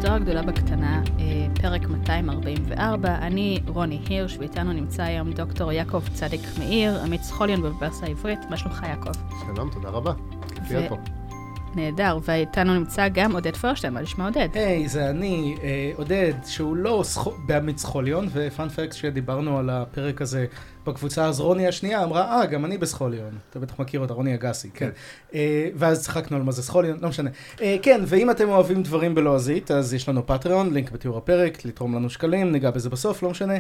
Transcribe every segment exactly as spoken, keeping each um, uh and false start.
ההיסטוריה הגדולה בקטנה, פרק מאתיים ארבעים וארבע. אני רוני הירש, ואיתנו נמצא היום דוקטור יעקב צדיק מאיר, עמית סחוליון באוניברסיטה העברית. מה שלומך, יעקב? שלום, תודה רבה. כיף להיות פה. נהדר, ואיתנו נמצא גם עודד פרשטיין. מה לשמה עודד? היי, זה אני, עודד, שהוא לא בעמית סחוליון, ופאנפקט שדיברנו על הפרק הזה בקבוצה, אז רוני השנייה אמרה, אה, גם אני בסחוליון. אתה בטח מכיר אותה, רוני אגסי, כן. ואז צחקנו על מה זה סחוליון, לא משנה. כן, ואם אתם אוהבים דברים בלועזית, אז יש לנו פטריון, לינק בתיאור הפרק, לתרום לנו שקלים, ניגע בזה בסוף, לא משנה.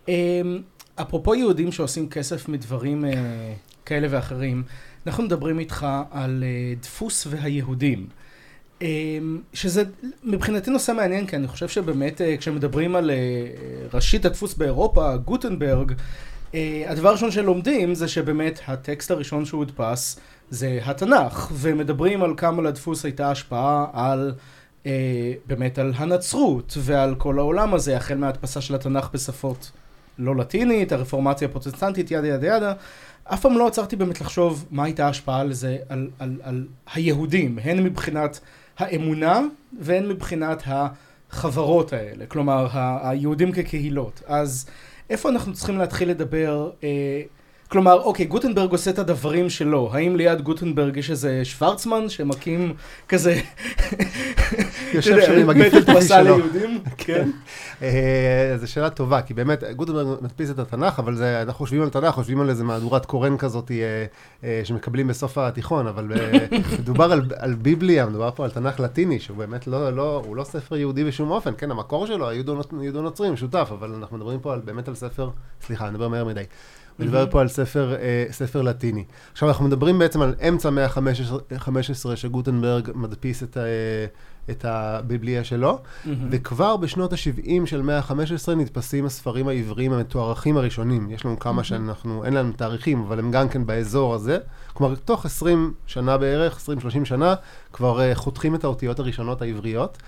אפרופו יהודים שעושים כסף מדברים כאלה ואחרים, אנחנו מדברים איתך על דפוס והיהודים, שזה מבחינתי נושא מעניין, כי אני חושב שבאמת כשמדברים על ראשית הדפוס באירופה, גוטנברג, הדבר הראשון שלומדים זה שבאמת הטקסט הראשון שהוא הודפס זה התנ"ך, ומדברים על כמה לדפוס הייתה השפעה על, באמת על הנצרות ועל כל העולם הזה, החל מההדפסה של התנ"ך בשפות לא לטינית, הרפורמציה הפרוטסטנטית, ידה ידה ידה. אף פעם לא עצרתי באמת לחשוב מה הייתה ההשפעה על זה, על, על, על היהודים, הן מבחינת האמונה והן מבחינת החברות האלה, כלומר היהודים כקהילות. אז איפה אנחנו צריכים להתחיל לדבר, אה, כלומר, אוקיי, גוטנברג עושה את הדברים שלו, האם ליד גוטנברג יש איזה שוורצמן שמקים כזה, יושב שם עם הגפילטרי שלו. כן. זו שאלה טובה, כי באמת גוטנברג מדפיס את התנ"ך, אבל אנחנו חושבים על תנ"ך, חושבים על איזה מהדורת קורן כזאת שמקבלים בסוף התיכון, אבל מדובר על ביבליה, מדובר פה על תנ"ך לטיני, שהוא באמת לא, הוא לא ספר יהודי בשום אופן, כן, המקור שלו, יהודו נוצרי, משותף, אבל אנחנו מדברים פה באמת על ספר, סליחה, אני מדבר מהר מדי. מדבר פה על ספר, ספר לטיני. עכשיו אנחנו מדברים בעצם על אמצע מאה ה-חמש עשרה שגוטנברג מדפיס את, את הביבליה שלו, וכבר בשנות ה-שבעים של מאה ה-חמש עשרה נתפסים הספרים העבריים המתוארכים הראשונים. יש לנו כמה שאנחנו, אין לנו תאריכים, אבל הם גם כן באזור הזה. כלומר, תוך עשרים שנה בערך, עשרים שלושים שנה, כבר חותכים את האותיות הראשונות העבריות,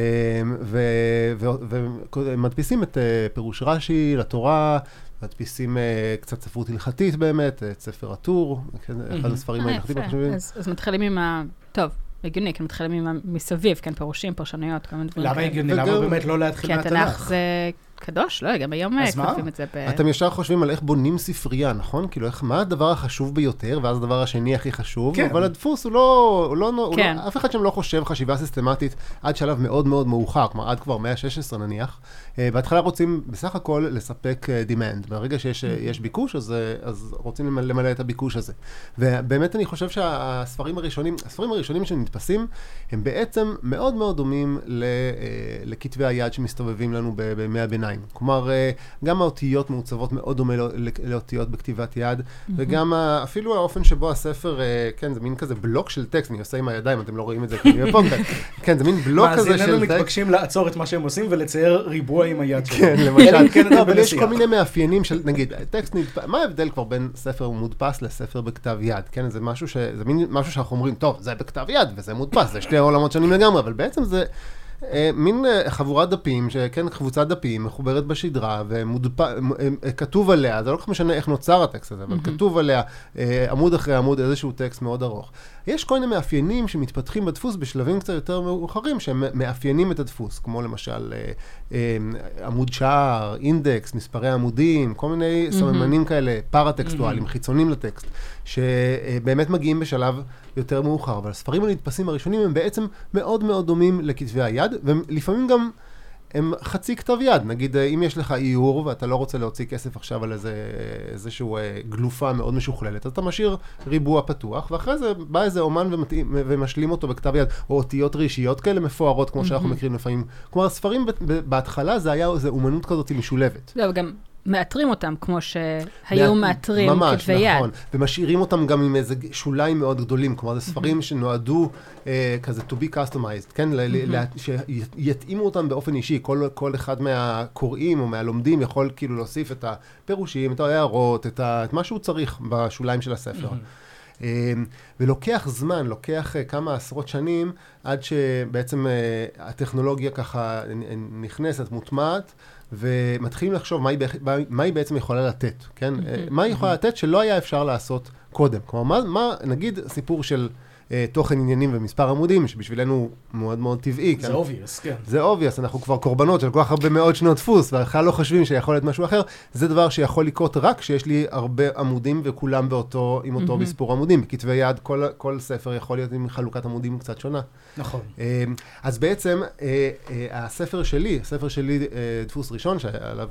ומדפיסים את פירוש רש"י לתורה, מדפיסים קצת ספרות הלכתית באמת, את ספר הטור, אחד הספרים ההלכתיים החשובים. אז מתחילים עם ה... טוב, הגיוני, כי מתחילים עם מסביב, כן, פירושים, פרשנויות, כל מיני דברים. למה הגיוני? למה באמת לא להתחיל מהתנ"ך? כי התנ"ך זה קדוש, לא, גם היום כותבים את זה ב... אתם ישר חושבים על איך בונים ספרייה, נכון? כאילו, מה הדבר החשוב ביותר, ואז הדבר השני הכי חשוב, אבל הדפוס הוא לא... אף אחד שם לא חושב חשיבה סיסטמטית עד שלב מאוד מאוד מאוחר, כלומר, עד כבר מאה ה-שש עשרה נניח. בהתחלה רוצים בסך הכל לספק demand. ברגע שיש ביקוש, אז רוצים למלא את הביקוש הזה. ובאמת אני חושב שהספרים הראשונים, הספרים הראשונים שנתפסים, הם בעצם מאוד מאוד דומים לכתבי היד שמסתובבים לנו בימי הביניים. כלומר, גם האותיות מעוצבות מאוד דומה לאותיות בכתיבת יד, וגם אפילו האופן שבו הספר, כן, זה מין כזה בלוק של טקסט, אני עושה עם הידיים, אתם לא רואים את זה, כן, זה מין בלוק כזה של טקסט. מאזיננו מתבקשים לעצור את מה שהם עושים ולצייר ריבוע עם היד שלו. כן, למשל. אבל יש כל מיני מאפיינים של, נגיד, טקסט נדפס, מה ההבדל כבר בין ספר מודפס לספר בכתב יד? כן, זה משהו ש, זה מין משהו שאנחנו אומרים, טוב, זה בכתב יד וזה מודפס, זה שתי עולמות שונים לגמרי, אבל בעצם זה מין חבורת דפים, שכן, קבוצת דפים, מחוברת בשדרה, וכתוב עליה, זה לא כל משנה איך נוצר הטקסט הזה, אבל כתוב עליה עמוד אחרי עמוד איזשהו טקסט מאוד ארוך. יש כל מיני מאפיינים שמתפתחים בדפוס בשלבים קצת יותר מאוחרים, שהם מאפיינים את הדפוס, כמו למשל עמוד שער, אינדקס, מספרי עמודים, כל מיני סממנים כאלה, פארה-טקסטואליים, חיצונים לטקסט, שבאמת מגיעים בשלב יותר מאוחר, אבל הספרים הנתפסים הראשונים הם בעצם מאוד מאוד דומים לכתבי היד, ולפעמים גם הם חצי כתב יד. נגיד, אם יש לך איור ואתה לא רוצה להוציא כסף עכשיו על איזה, איזשהו גלופה מאוד משוכללת, אז אתה משאיר ריבוע פתוח, ואחרי זה בא איזה אומן ומתאים, ומשלים אותו בכתב יד, או אותיות ראשיות כאלה מפוארות, כמו שאנחנו מכירים לפעמים. כלומר, הספרים בהתחלה זה היה איזו אומנות כזאת משולבת. לא, גם מאתרים אותם כמו שהיו מאתרים כתבי יד. ממש, נכון. ומשאירים אותם גם עם איזה שוליים מאוד גדולים. כלומר, זה ספרים שנועדו כזה to be customized, כן? שיתאימו אותם באופן אישי. כל אחד מהקוראים או מהלומדים יכול כאילו להוסיף את הפירושים, את ההערות, את מה שהוא צריך בשוליים של הספר. ולוקח זמן, לוקח כמה עשרות שנים, עד שבעצם הטכנולוגיה ככה נכנסת, מוטמעת, ומתחילים לחשוב מה היא, מה היא בעצם יכולה לתת, כן? מה היא יכולה לתת שלא היה אפשר לעשות קודם. כלומר, מה, מה, נגיד סיפור של תוכן עניינים ומספר עמודים, שבשבילנו מאוד מאוד טבעי. זה obvious, כן. זה obvious, אנחנו כבר קורבנות של כל כך הרבה מאות שנות דפוס, ואנחנו לא חושבים שיכול להיות משהו אחר. זה דבר שיכול לקרות רק כשיש לי הרבה עמודים וכולם באותו, עם אותו מספור עמודים. בכתבי יד, כל, כל ספר יכול להיות עם חלוקת עמודים קצת שונה. נכון. אז בעצם, הספר שלי, הספר שלי, דפוס ראשון, שעליו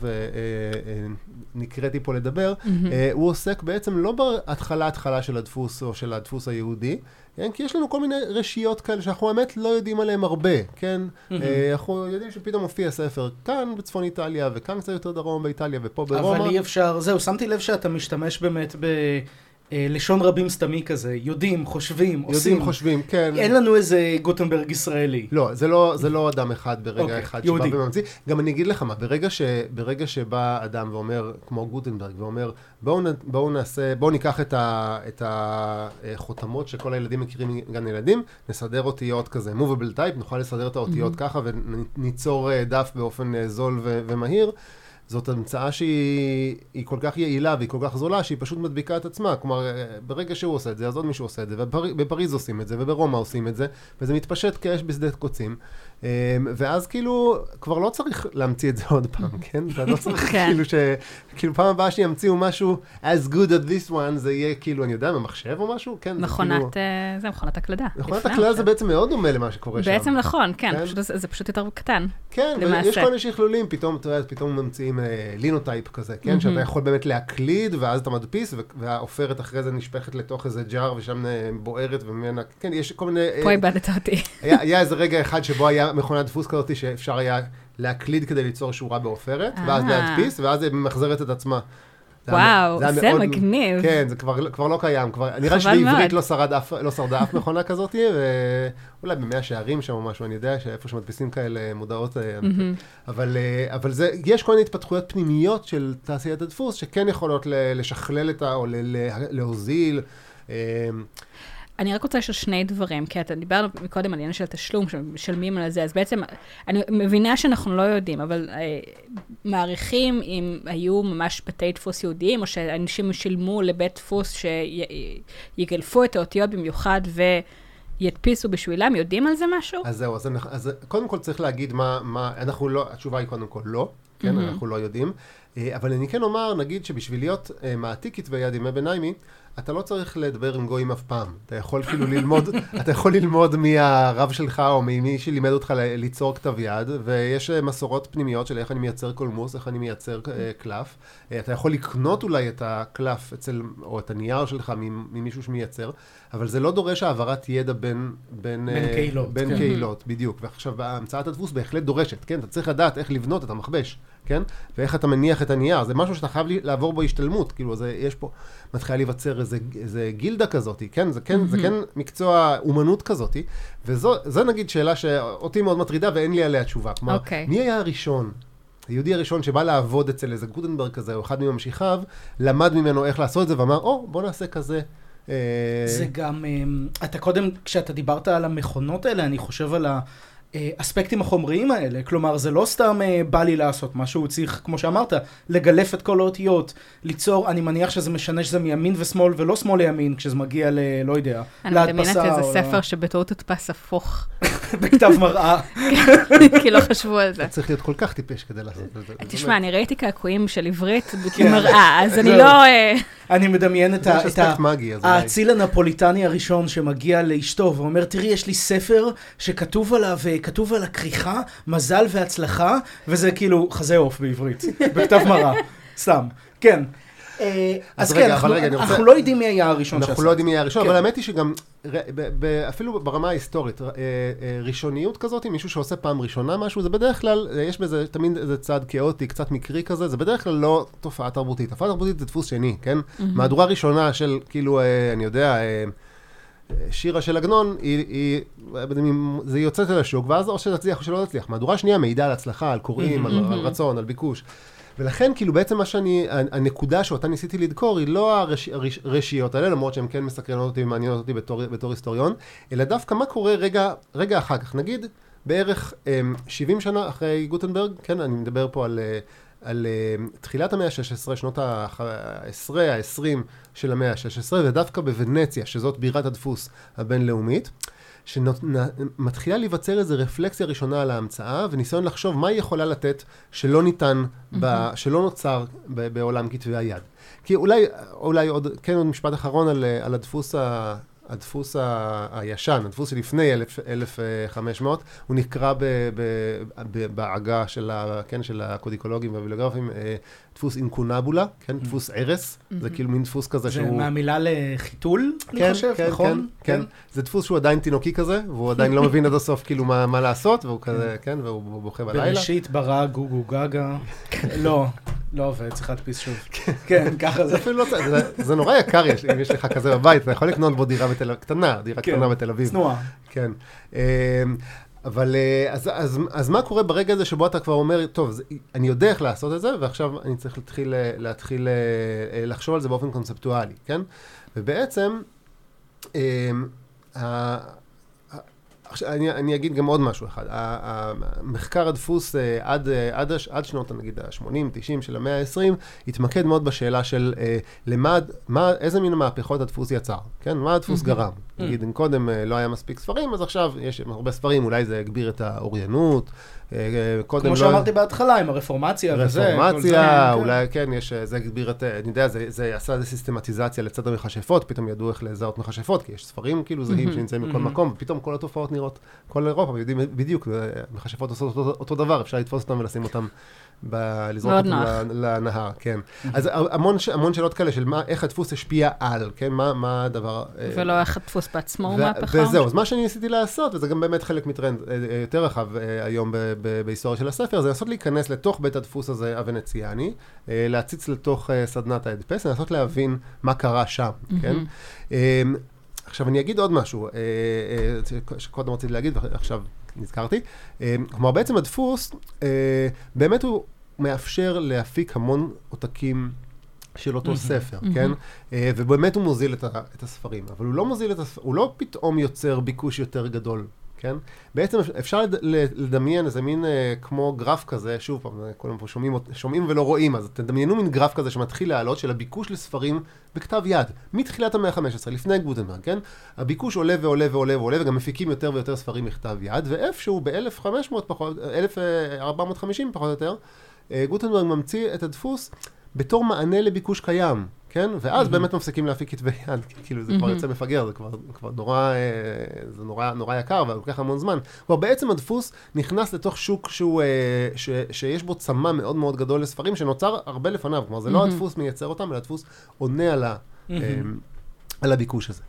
נקראתי פה לדבר, הוא עוסק בעצם לא בהתחלה, התחלה של הדפוס או של הדפוס היהודי, כן? כי יש לנו כל מיני רשיות כאלה שאנחנו באמת לא יודעים עליהם הרבה, כן? אנחנו יודעים שפתאום מופיע ספר כאן בצפון איטליה, וכאן קצת יותר דרום באיטליה, ופה ברומא. אבל אי אפשר, זהו, שמתי לב שאתה משתמש באמת ב... לשון רבים סתמי כזה, יודעים, חושבים, עושים. יודעים, חושבים, כן. אין לנו איזה גוטנברג ישראלי. לא, זה לא, זה לא אדם אחד ברגע okay, אחד יהודי. שבא וממציא. גם אני אגיד לך מה, ברגע, ש, ברגע שבא אדם ואומר, כמו גוטנברג, ואומר, בואו, בואו נעשה, בואו ניקח את, ה, את החותמות שכל הילדים מכירים גן ילדים, נסדר אותיות כזה, movable type, נוכל לסדר את האותיות mm-hmm. ככה, וניצור דף באופן זול ו, ומהיר. זאת המצאה שהיא היא כל כך יעילה והיא כל כך זולה שהיא פשוט מדביקה את עצמה. כלומר, ברגע שהוא עושה את זה, אז עוד מישהו עושה את זה, ובפריז עושים את זה, וברומא עושים את זה, וזה מתפשט כאש בשדה קוצים. ואז כאילו, כבר לא צריך להמציא את זה עוד פעם, כן? אתה לא צריך כאילו ש... כאילו פעם הבאה שימציאו משהו as good as this one, זה יהיה כאילו, אני יודע, במחשב או משהו? כן, מכונת, זה מכונת הקלדה. מכונת הקלדה זה בעצם מאוד דומה למה שקורה שם. בעצם נכון, כן, זה פשוט יותר קטן. כן, ויש כל מיני שכלולים, פתאום, אתה יודע, פתאום ממציאים לינוטייפ כזה, כן? שאתה יכול באמת להקליד, ואז אתה מדפיס, והעופרת אחרי זה נשפכת לתוך איזה ג'אר, ושם בוערת וממנה, כן, יש כל מיני... פה איבדת אותי. היה איזה רגע אחד שבו היה מכונת דפוס כזאת שאפשר היה להקליד כדי ליצור שורה בעופרת, ואז להדפיס, ואז היא מחזרת את עצמה. וואו, זה מגניב. כן, זה כבר לא קיים. נראה שבעברית לא שרדה אף מכונה כזאת, ואולי במאה שערים שם או משהו, אני יודע שאיפה שמדפיסים כאלה מודעות, אבל יש כל מיני התפתחויות פנימיות של תעשיית הדפוס, שכן יכולות לשכלל את ה... או להוזיל. אני רק רוצה לשאול שני דברים, כי אתה דיברנו מקודם על עניין של תשלום, שמשלמים על זה, אז בעצם, אני מבינה שאנחנו לא יודעים, אבל אה, מעריכים אם היו ממש בתי דפוס יהודיים, או שאנשים שילמו לבית דפוס שיגלפו את האותיות במיוחד וידפיסו בשבילם, יודעים על זה משהו? אז זהו, אז, אז קודם כל צריך להגיד מה, מה, אנחנו לא, התשובה היא קודם כל לא, כן, mm-hmm. אנחנו לא יודעים, אבל אני כן אומר, נגיד שבשביל להיות מעתיק כתבי יד ימי ביניימי, אתה לא צריך לדבר עם גויים אף פעם. אתה יכול כאילו ללמוד, אתה יכול ללמוד מהרב שלך או ממי שלימד אותך ליצור כתב יד, ויש מסורות פנימיות של איך אני מייצר קולמוס, איך אני מייצר קלף. אתה יכול לקנות אולי את הקלף אצל, או את הנייר שלך ממישהו שמייצר, אבל זה לא דורש העברת ידע בין, בין, בין קהילות. בין כן. קהילות, בדיוק. ועכשיו, המצאת הדפוס בהחלט דורשת, כן? אתה צריך לדעת איך לבנות את המכבש, כן? ואיך אתה מניח את הנייר. זה משהו שאתה חייב לעבור בו השתלמות. כאילו, זה, יש פה, מתחילה להיווצר איזה, איזה גילדה כזאת, כן? זה כן, mm-hmm. זה כן מקצוע אומנות כזאת, וזו, זו נגיד שאלה שאותי מאוד מטרידה ואין לי עליה תשובה. כלומר, okay. מי היה הראשון? היהודי הראשון שבא לעבוד אצל איזה גוטנברג כזה, או אחד ממשיכיו, למד ממנו איך לעשות את זה, ואמר, או, בוא נעשה כזה. זה גם, אתה קודם, כשאתה דיברת על המכונות האלה, אני חושב על האספקטים החומריים האלה, כלומר, זה לא סתם בא לי לעשות משהו, הוא צריך, כמו שאמרת, לגלף את כל האותיות, ליצור, אני מניח שזה משנה שזה מימין ושמאל, ולא שמאל לימין, כשזה מגיע ל, לא יודע, להדפסה. אני מדמיינת איזה ספר שבטעות הודפס הפוך. בכתב מראה. כי לא חשבו על זה. צריך להיות כל כך טיפש כדי לעשות את זה. תשמע, אני ראיתי קעקועים של עברית במראה, אז אני לא... אני מדמיין את האציל הנפוליטני הראשון שמגיע לאשתו, ואומר, תראי, יש לי ספר שכתוב עליו, כתוב על הכריכה, מזל והצלחה, וזה כאילו חזה עוף בעברית, בכתב מראה, סתם. כן. אז כן, אנחנו לא יודעים מי היה הראשון שעשה. אנחנו לא יודעים מי היה הראשון, אבל האמת היא שגם, אפילו ברמה ההיסטורית, ראשוניות כזאת, מישהו שעושה פעם ראשונה משהו, זה בדרך כלל, יש בזה תמיד איזה צעד כאוטי, קצת מקרי כזה, זה בדרך כלל לא תופעה תרבותית. תופעה תרבותית זה דפוס שני, כן? מהדורה ראשונה של, כאילו, אני יודע, שירה של עגנון, זה יוצאת אל השוק, ואז או שתצליח או שלא תצליח. מהדורה שנייה מעידה על הצלחה, על קוראים, על רצון, על ביקוש. ולכן, כאילו, בעצם מה שאני, הנקודה שאותה ניסיתי לדקור, היא לא הרשיות האלה, למרות שהן כן מסקרנות אותי ומעניינות אותי בתור, בתור היסטוריון, אלא דווקא מה קורה רגע, רגע אחר כך. נגיד, בערך שבעים שנה אחרי גוטנברג, כן, אני מדבר פה על, על uh, תחילת המאה ה-שש עשרה, שנות ה-עשרה, ה-עשרים של המאה ה-שש עשרה, ודווקא בוונציה, שזאת בירת הדפוס הבינלאומית, שמתחילה להיווצר איזו רפלקסיה ראשונה על ההמצאה, וניסיון לחשוב מה היא יכולה לתת שלא ניתן, mm-hmm. ב, שלא נוצר ב, בעולם כתבי היד. כי אולי, אולי עוד, כן עוד משפט אחרון על, על הדפוס ה... הדפוס ה... הישן, הדפוס שלפני אלף וחמש מאות, הוא נקרא ב... ב... ב... בעגה של, ה... כן, של הקודיקולוגים והביבליוגרפים, דפוס אינקונבולה, כן, דפוס ערס, mm-hmm. זה כאילו מין דפוס כזה זה שהוא... זה מהמילה לחיתול, כן, אני חושב, כן, נכון? כן, כן, זה דפוס שהוא עדיין תינוקי כזה, והוא עדיין לא מבין עד הסוף כאילו מה, מה לעשות, והוא כזה, כן, והוא בוכה בלילה. בראשית ברא גוגו גגה, לא. לא עובד, צריך להדפיס שוב. כן, ככה זה. אפילו לא צריך, זה נורא יקר אם יש לך כזה בבית, אתה יכול לקנות בו דירה בתל אביב, קטנה, דירה קטנה בתל אביב. צנועה. כן. אבל אז מה קורה ברגע הזה שבו אתה כבר אומר, טוב, אני יודע איך לעשות את זה, ועכשיו אני צריך להתחיל לחשוב על זה באופן קונספטואלי, כן? ובעצם, אני, אני אגיד גם עוד משהו אחד. המחקר הדפוס עד, עד, עד שנות, נגיד, ה-שמונים, תשעים של המאה ה-עשרים, התמקד מאוד בשאלה של למד, מה, איזה מין מהפכות הדפוס יצר, כן? מה הדפוס גרם? נגיד, אם קודם לא היה מספיק ספרים, אז עכשיו יש הרבה ספרים, אולי זה הגביר את האוריינות, כמו שאמרתי בהתחלה, עם הרפורמציה וזה. רפורמציה, אולי כן, יש, זה הגביר את, אני יודע, זה עשה איזו סיסטמטיזציה לצד המכשפות, פתאום ידעו איך לזהות מכשפות, כי יש ספרים כאילו זהים שנמצאים בכל מקום, ופתאום כל התופעות נראות, כל אירופה, יודעים בדיוק, מכשפות עושות אותו דבר, אפשר לתפוס אותם ולשים אותם, לזרוק אותם לנהר, כן. אז המון שאלות כאלה של איך הדפוס השפיע על, כן, מה הדבר... ולא איך הדפוס בעצמו הוא מהפכה. וזהו, אז מה שאני ניסיתי לעשות, וזה גם באמת חלק מטרנד יותר רחב היום בהיסטוריה של הספר, זה לנסות להיכנס לתוך בית הדפוס הזה הוונציאני, להציץ לתוך סדנת ההדפס, לנסות להבין מה קרה שם, כן? עכשיו אני אגיד עוד משהו, שקודם רציתי להגיד ועכשיו נזכרתי, כלומר בעצם הדפוס, באמת הוא מאפשר להפיק המון עותקים של אותו ספר, כן? ובאמת הוא מוזיל את הספרים, אבל הוא לא מוזיל את הספרים, הוא לא פתאום יוצר ביקוש יותר גדול, כן? בעצם אפשר לדמיין איזה מין כמו גרף כזה, שוב פעם, כולם פה שומעים, שומעים ולא רואים, אז תדמיינו מין גרף כזה שמתחיל לעלות של הביקוש לספרים בכתב יד, מתחילת המאה ה-חמש עשרה, לפני גוטנברג, כן? הביקוש עולה ועולה ועולה ועולה, וגם מפיקים יותר ויותר ספרים בכתב יד, ואיפשהו ב-אלף וחמש מאות פחות, אלף וארבע מאות וחמישים פחות או יותר, גוטנברג ממציא את הדפוס בתור מענה לביקוש קיים, כן? ואז באמת מפסיקים להפיק כתבי יד, כאילו זה כבר יוצא מפגר, זה כבר נורא, זה נורא, נורא יקר, ולוקח המון זמן. כבר בעצם הדפוס נכנס לתוך שוק שהוא, שיש בו צמא מאוד מאוד גדול לספרים, שנוצר הרבה לפניו, כלומר זה לא הדפוס מייצר אותם, אלא הדפוס עונה על הביקוש הזה.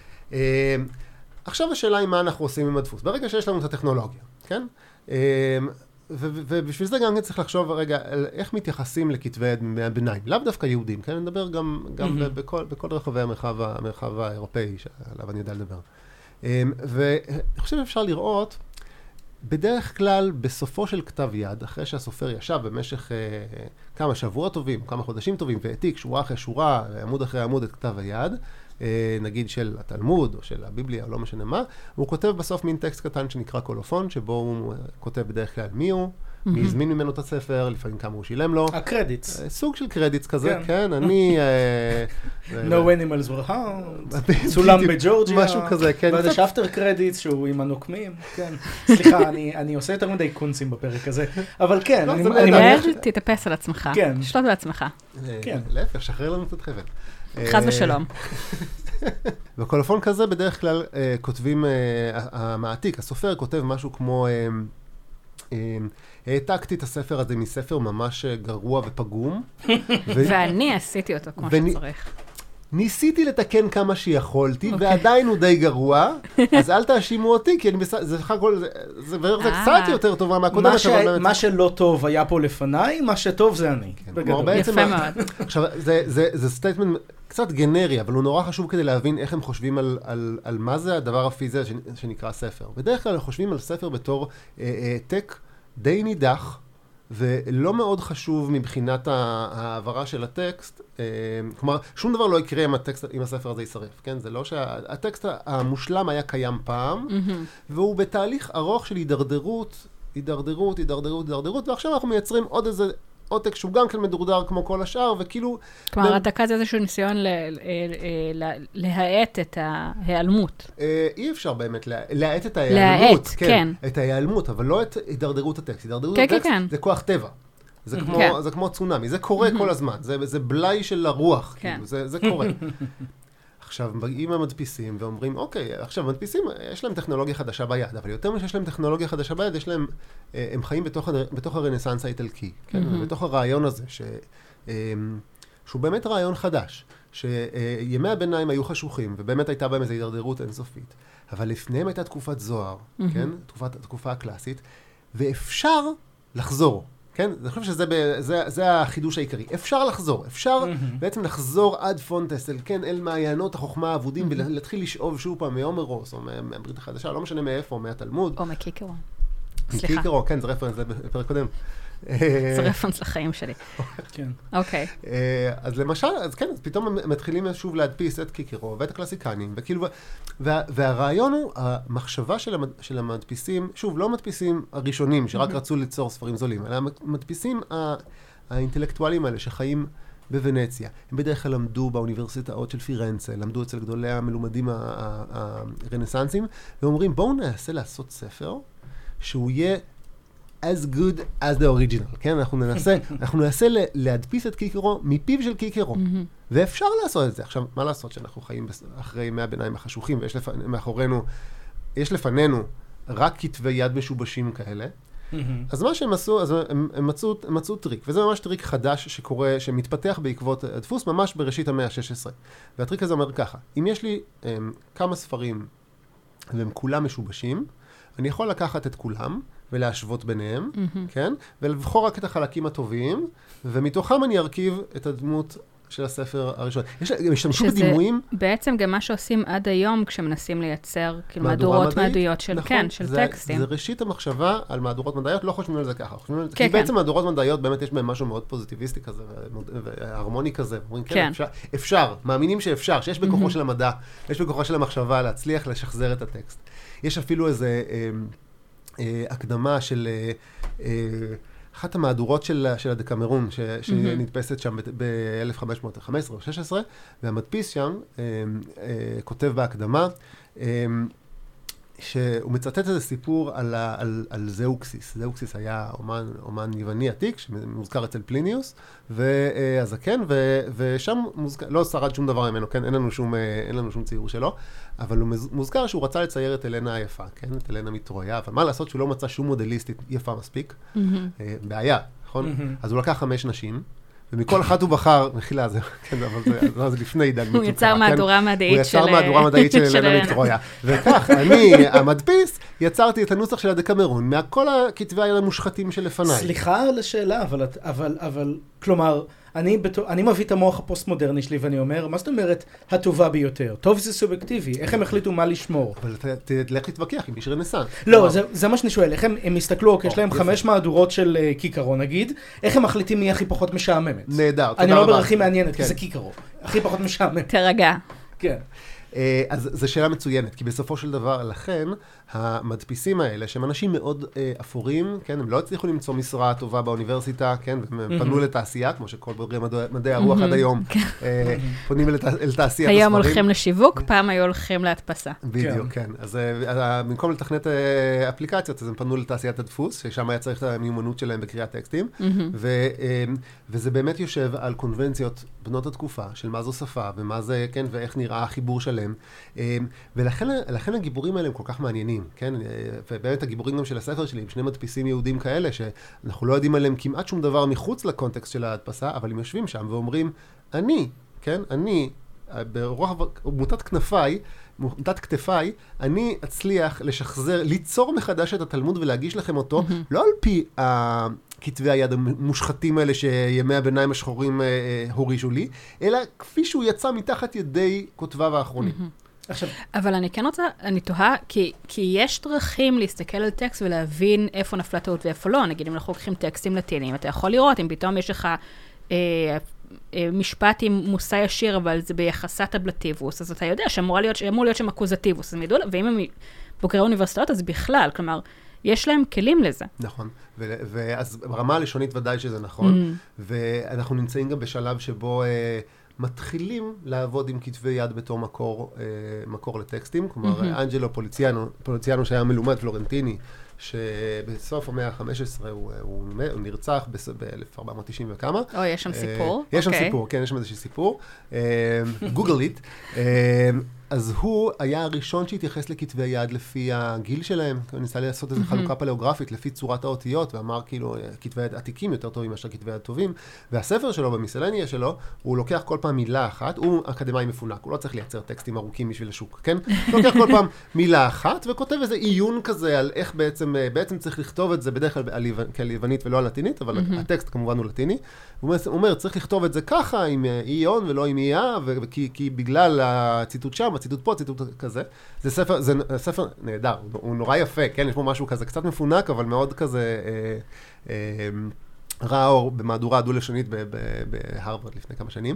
עכשיו השאלה היא מה אנחנו עושים עם הדפוס. ברגע שיש לנו את הטכנולוגיה, כן? ובשביל זה גם צריך לחשוב רגע על איך מתייחסים לכתבי יד מהביניים, לאו דווקא יהודים, כן? אני מדבר גם, גם בכל, בכל רחבי המרחב, המרחב האירופאי שעליו אני יודע לדבר. ואני חושב אפשר לראות, בדרך כלל בסופו של כתב יד, אחרי שהסופר ישב במשך כמה שבועות טובים, כמה חודשים טובים, והעתיק שורה אחרי שורה, עמוד אחרי עמוד את כתב היד, נגיד של התלמוד או של הביבליה או לא משנה מה, הוא כותב בסוף מין טקסט קטן שנקרא קולופון, שבו הוא כותב בדרך כלל מי הוא, מי הזמין ממנו את הספר, לפעמים כמה הוא שילם לו. הקרדיטס. סוג של קרדיטס כזה, כן, אני... No animals were harmed, צולם בג'ורג'יה. משהו כזה, כן. ועד יש אפטר קרדיטס שהוא עם הנוקמים, כן. סליחה, אני עושה יותר מדי קונסים בפרק הזה, אבל כן. אני מניח... תתאפס על עצמך, תשלוט בעצמך. כן, להפך, שחרר לנו קצת חבל. חס ושלום. בקולופון כזה בדרך כלל כותבים, המעתיק, הסופר כותב משהו כמו, העתקתי את הספר הזה מספר ממש גרוע ופגום. ואני עשיתי אותו כמו שצריך. ניסיתי לתקן כמה שיכולתי, ועדיין הוא די גרוע, אז אל תאשימו אותי, כי זה קצת יותר טובה מהקודמת. מה שלא טוב היה פה לפניי, מה שטוב זה אני. יפה מאוד. עכשיו, זה סטייטמנט קצת גנרי, אבל הוא נורא חשוב כדי להבין איך הם חושבים על מה זה הדבר הפיזי שנקרא ספר. בדרך כלל הם חושבים על ספר בתור העתק די נידח, ולא מאוד חשוב מבחינת העברה של הטקסט, כלומר, שום דבר לא יקרה אם, הטקסט, אם הספר הזה יישרף, כן? זה לא שהטקסט המושלם היה קיים פעם, והוא בתהליך ארוך של הידרדרות, הידרדרות, הידרדרות, הידרדרות, ועכשיו אנחנו מייצרים עוד איזה, עותק שהוא גם כן מדורדר כמו כל השאר, וכאילו... כלומר, אתה כזה איזשהו ניסיון להאט את ההיעלמות. אי אפשר באמת להאט את ההיעלמות. להאט, כן. את ההיעלמות, אבל לא את הידרדרות הטקסט. הידרדרות הטקסט זה כוח טבע. זה כמו, זה כמו צונאמי, זה קורה כל הזמן, זה, זה בלאי של הרוח, כאילו, זה, זה קורה. עכשיו, באים המדפיסים ואומרים, אוקיי, עכשיו, המדפיסים, יש להם טכנולוגיה חדשה ביד, אבל יותר משיש להם טכנולוגיה חדשה ביד, יש להם, הם חיים בתוך, בתוך הרנסנס האיטלקי, כן? בתוך הרעיון הזה, ש, שהוא באמת רעיון חדש, שימי הביניים היו חשוכים, ובאמת הייתה בהם איזו הידרדרות אינסופית, אבל לפניהם הייתה תקופת זוהר, כן? תקופת, תקופה הקלאסית, ואפשר לחזור. כן? אני חושב שזה ב, זה, זה החידוש העיקרי. אפשר לחזור, אפשר mm-hmm. בעצם לחזור עד פונטס, אל, כן, אל מעיינות החוכמה האבודים, mm-hmm. ולהתחיל לשאוב שוב פעם מהומרוס, או מהברית החדשה, לא משנה מאיפה, או מהתלמוד. או מקייקרו. סליחה. מקייקרו, כן, זה רפרנס, זה בפרק קודם. זה רפרנס לחיים שלי. כן. אוקיי. אז למשל, אז כן, אז פתאום מתחילים שוב להדפיס את קיקירו ואת הקלאסיקנים, וכאילו, והרעיון הוא, המחשבה של המדפיסים, שוב, לא מדפיסים הראשונים שרק רצו ליצור ספרים זולים, אלא המדפיסים האינטלקטואלים האלה שחיים בוונציה. הם בדרך כלל למדו באוניברסיטאות של פירנצה, למדו אצל גדולי המלומדים הרנסנסים, ואומרים, בואו ננסה לעשות ספר שהוא יהיה as good as the original, כן? אנחנו ננסה, אנחנו ננסה להדפיס את קיקירו מפיו של קיקירו. ואפשר לעשות את זה. עכשיו, מה לעשות שאנחנו חיים אחרי ימי הביניים החשוכים, ויש מאחורינו, יש לפנינו רק כתבי יד משובשים כאלה. אז מה שהם עשו, אז הם מצאו, הם מצאו טריק, וזה ממש טריק חדש שקורה, שמתפתח בעקבות הדפוס, ממש בראשית המאה ה-שש עשרה. והטריק הזה אומר ככה, אם יש לי כמה ספרים, והם כולם משובשים, אני יכול לקחת את כולם, ולהשוות ביניהם, mm-hmm. כן? ולבחור רק את החלקים הטובים, ומתוכם אני ארכיב את הדמות של הספר הראשון. יש, הם השתמשו בדימויים. בעצם גם מה שעושים עד היום, כשמנסים לייצר כאילו מהדורות מדעיות של, נכון, כן, של זה, טקסטים. זה ראשית המחשבה על מהדורות מדעיות, לא חושבים על זה ככה. כן, כי כן. בעצם מהדורות מדעיות באמת יש בהם משהו מאוד פוזיטיביסטי כזה, והרמוני כזה. אומרים, כן, כן. אפשר, אפשר, מאמינים שאפשר, שיש בכוחו mm-hmm. של המדע, יש בכוחו של המחשבה להצליח לשחזר את הטקסט. יש אפילו איזה... הקדמה של אחת המהדורות של הדקמרון שנתפסת שם ב-אלף חמש מאות וחמש עשרה או שש עשרה, והמדפיס שם כותב בהקדמה שהוא מצטט איזה סיפור על, על, על זאוקסיס. זאוקסיס היה אומן, אומן יווני עתיק, שמוזכר אצל פליניוס, והזקן, ושם מוזכר, לא שרד שום דבר ממנו, כן? אין לנו שום, אין לנו שום ציור שלו, אבל הוא מוזכר שהוא רצה לצייר את אלנה היפה, כן? את אלנה מטרויה, אבל מה לעשות שהוא לא מצא שום מודליסטית יפה מספיק? Mm-hmm. בעיה, נכון? Mm-hmm. אז הוא לקח חמש נשים, ומכל אחת הוא בחר, מחילה, זה, כן, אבל זה לפני עידן מיטוקה. הוא יצר מהדורה מדעית של... הוא יצר מהדורה מדעית של אלנה מטרויה. וכך, אני, המדפיס, יצרתי את הנוסח של הדקמרון, מהכל הכתבי היד המושחתים שלפניי. סליחה על השאלה, אבל, אבל, אבל, כלומר, אני, בתו, אני מביא את המוח הפוסט-מודרני שלי ואני אומר, מה זאת אומרת הטובה ביותר? טוב זה סובייקטיבי, איך הם החליטו מה לשמור? אבל תלך להתווכח עם איש רנסנס. לא, זה, זה מה שאני שואל, איך הם, הם הסתכלו, יש להם חמש מהדורות של uh, קיקירו נגיד, איך הם מחליטים מי הכי פחות משעממת? נהדר, תודה רבה. אני לא אומר הכי מעניינת, כי זה קיקירו, הכי פחות משעממת. תרגע. כן. אז זו שאלה מצוינת, כי בסופו של דבר, לכן, המדפיסים האלה, שהם אנשים מאוד אה, אפורים, כן, הם לא הצליחו למצוא משרה טובה באוניברסיטה, כן, והם פנו לתעשייה, כמו שכל בוגרי מדעי הרוח עד היום, אה, פונים אל, אל תעשיית הספרים. היום הולכים לשיווק, פעם היו הולכים להדפסה. בדיוק, כן. אז אה, במקום לתכנת אה, אפליקציות, אז הם פנו לתעשיית הדפוס, ששם היה צריך את המיומנות שלהם בקריאת טקסטים, ו, אה, וזה באמת יושב על קונבנציות בנות התקופה, של מה זו שפה, ומה זה, כן, ואיך נראה החיבור שלהם. אה, ולכן, לכן הגיבורים האלה הם כל כך מעניינים. כן, ובאמת הגיבורים גם של הספר שלי, עם שני מדפיסים יהודים כאלה, שאנחנו לא יודעים עליהם כמעט שום דבר מחוץ לקונטקסט של ההדפסה, אבל הם יושבים שם ואומרים, אני, כן, אני, ברוח מוטת כנפיי, מוטת כתפיי, אני אצליח לשחזר, ליצור מחדש את התלמוד ולהגיש לכם אותו, mm-hmm. לא על פי כתבי היד המושחתים האלה שימי הביניים השחורים אה, אה, הורישו לי, אלא כפי שהוא יצא מתחת ידי כותביו האחרונים. Mm-hmm. עכשיו, אבל אני כן רוצה, אני תוהה, כי, כי יש דרכים להסתכל על טקסט ולהבין איפה נפלה טעות ואיפה לא. נגיד, אם אנחנו לוקחים טקסטים לטינים, אתה יכול לראות, אם פתאום יש לך אה, אה, משפט עם מושא ישיר, אבל זה ביחסת הבלטיבוס, אז אתה יודע שאמור להיות, שאמור להיות שם אקוזטיבוס. ואם הם בוגרי אוניברסיטאות, אז בכלל, כלומר, יש להם כלים לזה. נכון, ואז ברמה הלשונית ודאי שזה נכון, ואנחנו נמצאים גם בשלב שבו מתחילים לעבוד עם כתבי יד בתור מקור, מקור לטקסטים, כלומר, אנג'לו פוליציאנו, פוליציאנו שהיה מלומד פלורנטיני, שבסוף המאה ה-חמש עשרה הוא, הוא, הוא נרצח ב-אלף ארבע מאות תשעים וכמה. או, יש שם סיפור. יש שם סיפור, כן, יש שם איזשהו סיפור. גוגל איט. אז הוא היה הראשון שהתייחס לכתבי יד לפי הגיל שלהם. הוא ניסה לעשות איזו חלוקה פלאוגרפית לפי צורת האותיות, ואמר כאילו, כתבי יד עתיקים יותר טובים מאשר כתבי יד טובים. והספר שלו, במיסלניה שלו, הוא לוקח כל פעם מילה אחת, הוא אקדמאי מפונק, הוא לא צריך לייצר טקסטים ארוכים בשביל השוק, כן? הוא לוקח כל פעם מילה אחת, וכותב איזה עיון כזה על איך בעצם, בעצם צריך לכתוב את זה בדרך כלל על יוונית ולא על לטינית, אבל הטקסט כמובן הוא לטיני. הוא אומר, צריך לכתוב את זה ככה, עם איון ולא עם אייה, כי בגלל הציטוט שם, הציטוט פה, הציטוט כזה. זה ספר, זה ספר נהדר, הוא נורא יפה, כן? יש פה משהו כזה קצת מפונק, אבל מאוד כזה רע אור במהדורה הדו-לשונית בהרווארד לפני כמה שנים.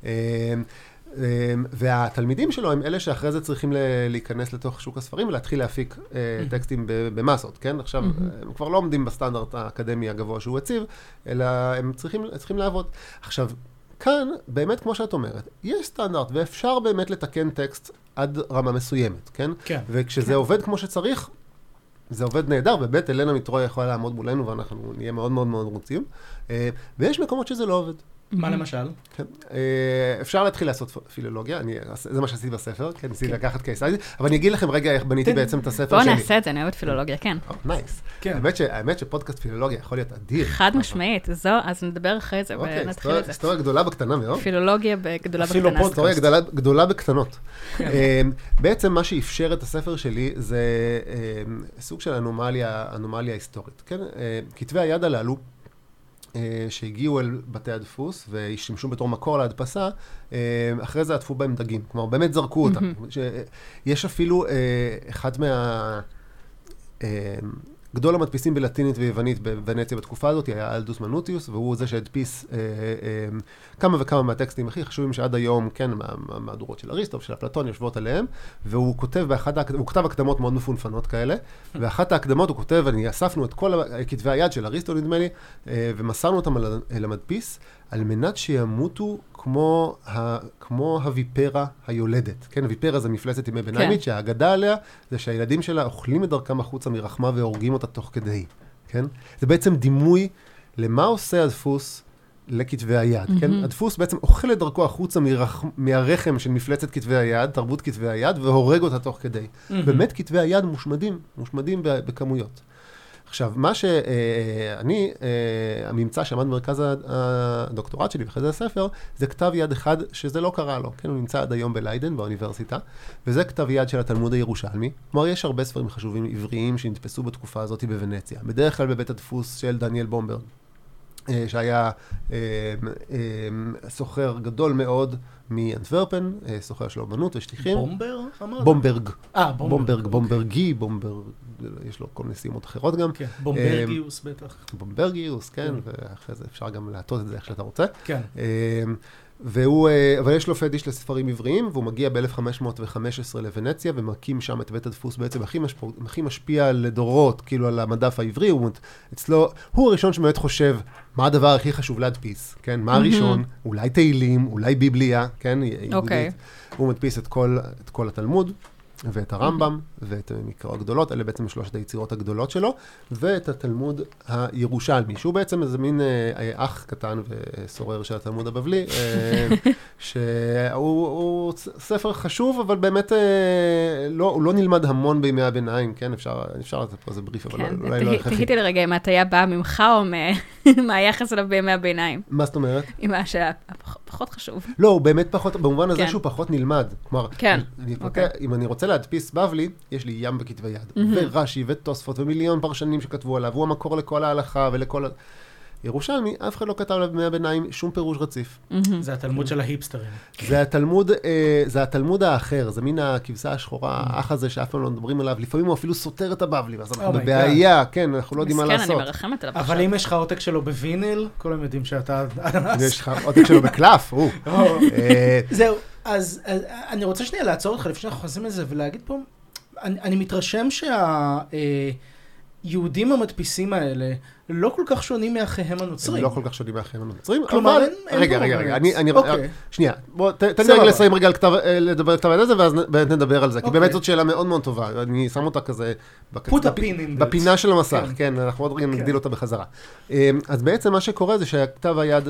והתלמידים שלו הם אלה שאחרי זה צריכים להיכנס לתוך שוק הספרים ולהתחיל להפיק טקסטים במסות, כן? עכשיו, הם כבר לא עומדים בסטנדרט האקדמי הגבוה שהוא הציב, אלא הם צריכים, צריכים לעבוד. עכשיו, כאן, באמת כמו שאת אומרת, יש סטנדרט ואפשר באמת לתקן טקסט עד רמה מסוימת, כן? כן. וכשזה כן. עובד כמו שצריך, זה עובד נהדר, ובית אלנה מיטרוי יכולה לעמוד מולנו ואנחנו נהיה מאוד מאוד מאוד רוצים. ויש מקומות שזה לא עובד. מה למשל? כן. אפשר להתחיל לעשות פילולוגיה, זה מה שעשיתי בספר, כן, ניסיתי לקחת קייס סטאדי, אבל אני אגיד לכם רגע איך בניתי בעצם את הספר שלי. בואו נעשה את זה, אני אוהבת פילולוגיה, כן. נייס. האמת שפודקאסט פילולוגיה יכול להיות אדיר. חד משמעית, זו, אז נדבר אחרי זה ונתחיל את זה. היסטוריה גדולה בקטנה מאוד. פילולוגיה גדולה בקטנה. היסטוריה גדולה בקטנות. בעצם מה שאפשר את הספר שלי זה סוג של אנומליה היסטורית, כן? כתבי היד הללו שהגיעו אל בתי הדפוס והשתמשו בתור מקור להדפסה, אחרי זה עטפו בהם דגים. כלומר, באמת זרקו אותם. יש אפילו אחד מה... גדול המדפיסים בלטינית ויוונית בוונציה בתקופה הזאת היה אלדוס מנוטיוס, והוא זה שהדפיס כמה וכמה מהטקסטים הכי חשובים שעד היום, כן, מהמהדורות של אריסטו, של אפלטון, יושבות עליהם, והוא כותב באחד, הוא כתב הקדמות מאוד מפונפנות כאלה, ואחת ההקדמות הוא כותב, אני אספנו את כל כתבי היד של אריסטו, נדמה לי, ומסרנו אותם אל המדפיס, על מנת שימותו כמו, ה, כמו הוויפרה היולדת. כן, הוויפרה זה מפלצת ימי ביניימית, כן. שהאגדה עליה זה שהילדים שלה אוכלים את דרכם החוצה מרחמה והורגים אותה תוך כדי. כן? זה בעצם דימוי למה עושה הדפוס לכתבי היד. Mm-hmm. כן? הדפוס בעצם אוכל את דרכו החוצה מרח, מהרחם של מפלצת כתבי היד, תרבות כתבי היד, והורג אותה תוך כדי. Mm-hmm. באמת כתבי היד מושמדים, מושמדים בכמויות. עכשיו, מה שאני, הממצא שעמד במרכז הדוקטורט שלי ואחרי זה הספר, זה כתב יד אחד שזה לא קרה לו. כן, הוא נמצא עד היום בליידן, באוניברסיטה, וזה כתב יד של התלמוד הירושלמי. כלומר, יש הרבה ספרים חשובים עבריים שנתפסו בתקופה הזאת בוונציה. בדרך כלל בבית הדפוס של דניאל בומברג, שהיה סוחר גדול מאוד מאנטוורפן, סוחר של אומנות ושטיחים. בומברג? בומברג. אה, בומברג, בומברגי, בומברג, יש לו כל מיני סיומות אחרות גם. כן, בומברגיוס בטח. בומברגיוס, כן, ואחרי זה אפשר גם להטות את זה איך שאתה רוצה. כן. והוא, אבל יש לו פדיש לספרים עבריים, והוא מגיע ב-אלף חמש מאות וחמש עשרה לוונציה, ומקים שם את בית הדפוס בעצם הכי, משפע, הכי משפיע לדורות, כאילו על המדף העברי, הוא, אצלו, הוא הראשון שבאמת חושב מה הדבר הכי חשוב להדפיס, כן? מה הראשון? Mm-hmm. אולי תהילים, אולי ביבליה, כן? אוקיי. Okay. הוא מדפיס את כל, את כל התלמוד, ואת הרמב"ם, ואת מקרא הגדולות, אלה בעצם שלושת היצירות הגדולות שלו, ואת התלמוד הירושלמי, שהוא בעצם איזה מין אה, אח קטן וסורר של התלמוד הבבלי, אה, שהוא הוא ספר חשוב, אבל באמת אה, לא, הוא לא נלמד המון בימי הביניים, כן, אפשר, אפשר לתת פה איזה בריף, אבל כן, אולי לא הכרחי. תהיתי לרגע אם אתה היה בא ממך או מהיחס אליו בימי הביניים. מה זאת אומרת? עם מה שפחות חשוב. לא, הוא באמת פחות, במובן הזה כן. שהוא פחות נלמד. כלומר, כן. אני, אוקיי. אם אני רוצה להדפיס בבלי, יש לי ים בכתבי יד. Mm-hmm. ורש"י ותוספות ומיליון פרשנים שכתבו עליו, הוא המקור לכל ההלכה ולכל... ירושלמי, אף אחד לא כתב עליו בימי הביניים שום פירוש רציף. Mm-hmm. זה התלמוד של ההיפסטרים. זה התלמוד, אה, זה התלמוד האחר, זה מין הכבשה השחורה, mm-hmm. האח הזה שאף פעם לא מדברים עליו, לפעמים הוא אפילו סותר את הבבלי, ואז אנחנו בבעיה, כן, אנחנו לא יודעים מה לעשות. מסכן, אני מרחמת עליו. אבל אם יש לך עותק שלו בוויניל, כולם יודעים שאתה... אם יש לך עותק שלו בקלף, הוא. זהו, אז אני רוצה שנייה לעצור אותך לפני שאנחנו חוזרים לזה ולהגיד פה, אני מתרשם שה... היהודים המדפיסים האלה לא כל כך שונים מאחיהם הנוצרים. לא כל כך שונים מאחיהם הנוצרים. כלומר, אין פה... רגע, רגע, רגע, אני... שנייה, בוא, תן לי רגע לסיים רגע לדבר על כתב היד הזה, ואז באמת נדבר על זה, כי באמת זאת שאלה מאוד מאוד טובה. אני שם אותה כזה... בפינה של המסך, כן, אנחנו עוד רגע נגדיל אותה בחזרה. אז בעצם מה שקורה זה שהכתב היד,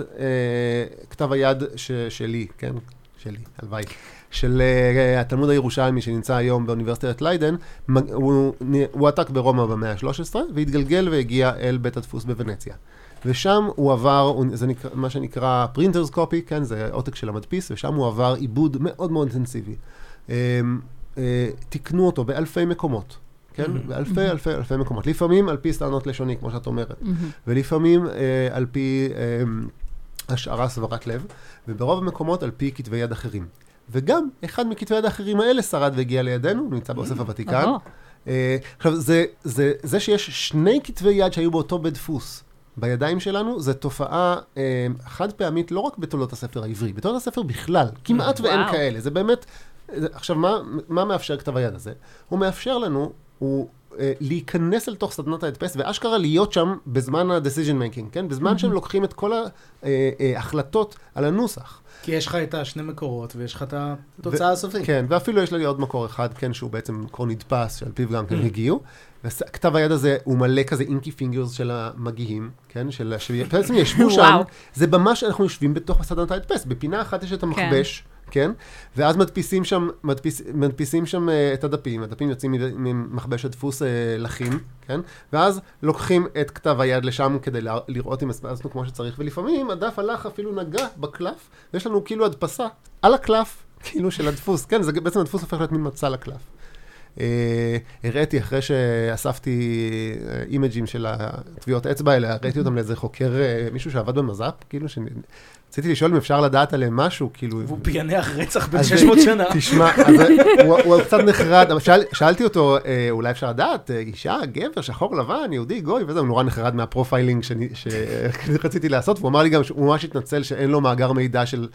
כתב היד שלי, כן, שלי, הלוואי. של uh, התלמוד הירושלמי שנמצא היום באוניברסיטת ליידן, הוא הועתק ברומא במאה ה-שלוש עשרה, והתגלגל והגיע אל בית הדפוס בוונציה. ושם הוא עבר, זה נקרא, מה שנקרא פרינטרס קופי, כן, זה עותק של המדפיס, ושם הוא עבר עיבוד מאוד מאוד אינטנסיבי. Um, uh, תקנו אותו באלפי מקומות, כן? באלפי אלפי אלפי מקומות. לפעמים על פי סטנדרט לשוני, כמו שאת אומרת, ולפעמים uh, על פי uh, השערה סברת לב, וברוב המקומות על פי כתבי יד אחרים. וגם אחד מכתבי יד האחרים האלה שרד והגיע לידינו, הוא נמצא באוסף הוותיקן. עכשיו, זה שיש שני כתבי יד שהיו באותו בית דפוס בידיים שלנו, זו תופעה חד פעמית, לא רק בתולדות הספר העברי, בתולדות הספר בכלל, כמעט ואין כאלה. זה באמת, עכשיו, מה מאפשר כתב היד הזה? הוא מאפשר לנו, הוא להיכנס לתוך סדנת ההדפס, ואשכרה להיות שם בזמן ה-decision making, כן? בזמן שהם לוקחים את כל ההחלטות על הנוסח. כי יש לך את השני מקורות, ויש לך את התוצאה הסופית. כן, ואפילו יש לי עוד מקור אחד, כן, שהוא בעצם מקור נדפס, שעל פיו גם כן הגיעו. וכתב היד הזה הוא מלא כזה אינקי פינגרס של המגיעים, כן, שבעצם ישבו שם, זה ממש אנחנו יושבים בתוך סדנת ההדפס, בפינה אחת יש את המכבש, כן? ואז מדפיסים שם, מדפיס, מדפיסים שם uh, את הדפים, הדפים יוצאים ממכבש הדפוס uh, לחים, כן? ואז לוקחים את כתב היד לשם כדי לה, לראות אם הספסנו כמו שצריך, ולפעמים הדף הלך אפילו נגע בקלף, ויש לנו כאילו הדפסה על הקלף, כאילו של הדפוס, כן? זה בעצם הדפוס הופך להיות מין מצע לקלף. Uh, הראיתי אחרי שאספתי uh, אימג'ים של הטביעות אצבע האלה, הראיתי אותם לאיזה חוקר, uh, מישהו שעבד במז"פ, כאילו ש... רציתי לשאול אם אפשר לדעת עליהם משהו, כאילו... והוא פענח רצח בין שש מאות שנה. תשמע, הוא קצת נחרד, שאלתי אותו, אולי אפשר לדעת, אישה, גבר, שחור לבן, יהודי, גוי, וזה, הוא נורא נחרד מהפרופיילינג שרציתי לעשות, והוא אמר לי גם שהוא ממש התנצל שאין לו מאגר מידע של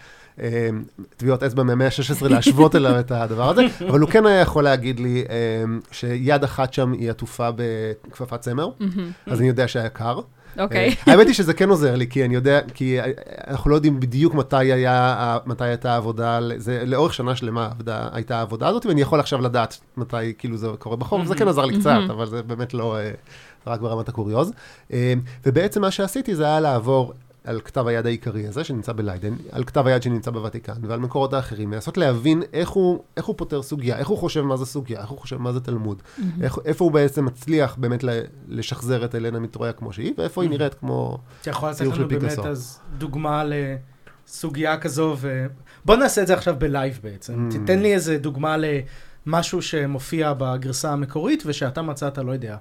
טביעות אצבע מהמאה ה-שש עשרה להשוות אליו את הדבר הזה, אבל הוא כן היה יכול להגיד לי שיד אחת שם היא עטופה בכפפת צמר, אז אני יודע שהיה קר. אוקיי. האמת היא שזה כן עוזר לי, כי אני יודע, כי אנחנו לא יודעים בדיוק מתי היה, מתי הייתה העבודה, זה לאורך שנה שלמה הייתה העבודה הזאת, ואני יכול עכשיו לדעת מתי כאילו זה קורה בחור, וזה כן עזר לי קצת, אבל זה באמת לא רק ברמת הקוריוז. ובעצם מה שעשיתי זה היה לעבור על כתב היד העיקרי הזה שנמצא בליידן, על כתב היד שנמצא בוותיקן, ועל מקורות האחרים, לנסות להבין איך הוא, איך הוא פותר סוגיה, איך הוא חושב מה זה סוגיה, איך הוא חושב מה זה תלמוד, mm-hmm. איך, איפה הוא בעצם מצליח באמת לשחזר את אלנה מטרויה כמו שהיא, ואיפה mm-hmm. היא נראית כמו אתה יכול לעשות לנו באמת אז דוגמה לסוגיה כזו, ו... בוא נעשה את זה עכשיו בלייב בעצם. Mm-hmm. תתן לי איזה דוגמה למשהו שמופיע בגרסה המקורית, ושאתה מצאת, לא יודע,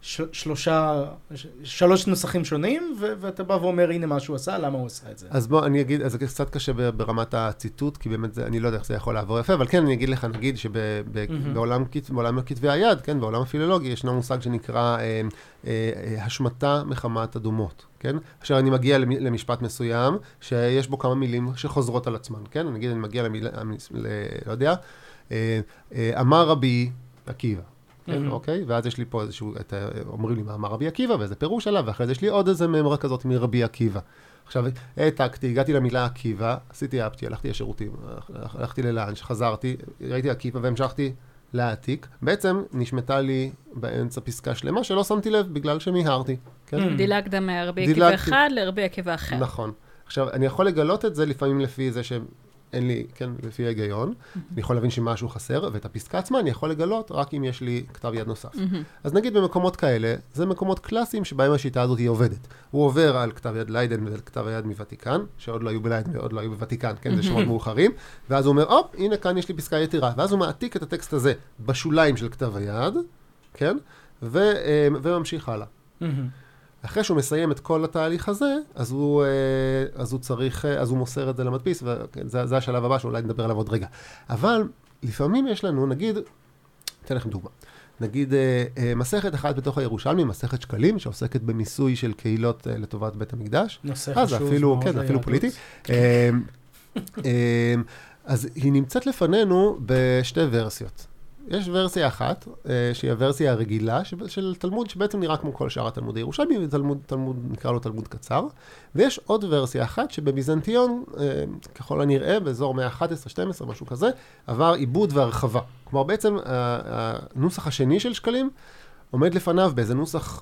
שלושה, שלוש נוסחים שונים, ואתה בא ואומר, הנה מה שהוא עשה, למה הוא עשה את זה? אז בוא, אני אגיד, אז זה קצת קשה ברמת הציטוט, כי באמת זה, אני לא יודע איך זה יכול לעבור יפה, אבל כן, אני אגיד לך, נגיד שבעולם כתבי היד, כן, בעולם הפילולוגי, ישנו מושג שנקרא השמטה מחמת אדומות, כן? עכשיו אני מגיע למשפט מסוים, שיש בו כמה מילים שחוזרות על עצמן, כן? נגיד, אני מגיע למילה, לא יודע, אמר רבי עקיבא. אוקיי? ואז יש לי פה איזשהו, אומרים לי מה אמר רבי עקיבא, ואיזה פירוש עליו, ואחרי זה יש לי עוד איזה ממרה כזאת מרבי עקיבא. עכשיו, העתקתי, הגעתי למילה עקיבא, עשיתי אפתי, הלכתי לשירותים, הלכתי ללאנץ', חזרתי, ראיתי עקיבא והמשכתי להעתיק. בעצם נשמטה לי באמצע פסקה שלמה שלא שמתי לב בגלל שמיהרתי. דילגת מרבי עקיבא אחד לרבי עקיבא אחר. נכון. עכשיו, אני יכול לגלות את זה לפעמים לפי זה שהם אין לי, כן, לפי ההיגיון, mm-hmm. אני יכול להבין שמשהו חסר, ואת הפסקה עצמה אני יכול לגלות רק אם יש לי כתב יד נוסף. Mm-hmm. אז נגיד במקומות כאלה, זה מקומות קלאסיים שבהם השיטה הזאת היא עובדת. הוא עובר על כתב יד ליידן ועל כתב היד מוותיקן, שעוד לא היו בליידן ועוד לא היו בוותיקן, כן, זה שמות מאוחרים, ואז הוא אומר, אופ, הנה כאן יש לי פסקה יתירה, ואז הוא מעתיק את הטקסט הזה בשוליים של כתב היד, כן, ו, וממשיך הלאה. Mm-hmm. אחרי שהוא מסיים את כל התהליך הזה, אז הוא, אז הוא צריך, אז הוא מוסר את זה למדפיס, וזה זה השלב הבא שאולי נדבר עליו עוד רגע. אבל לפעמים יש לנו, נגיד, אתן לכם דוגמה, נגיד מסכת אחת בתוך הירושלמי, מסכת שקלים, שעוסקת במיסוי של קהילות לטובת בית המקדש. נושא חשוב. אפילו, כן, אפילו פוליטי. אז היא נמצאת לפנינו בשתי ורסיות. יש ורסיה אחת, שהיא הוורסיה הרגילה של תלמוד, שבעצם נראה כמו כל שאר התלמוד הירושלמי, ותלמוד, תלמוד, נקרא לו תלמוד קצר. ויש עוד ורסיה אחת, שבביזנטיון, ככל הנראה, באזור מאה אחת עשרה שתים עשרה, משהו כזה, עבר עיבוד והרחבה. כלומר, בעצם, הנוסח השני של שקלים, עומד לפניו באיזה נוסח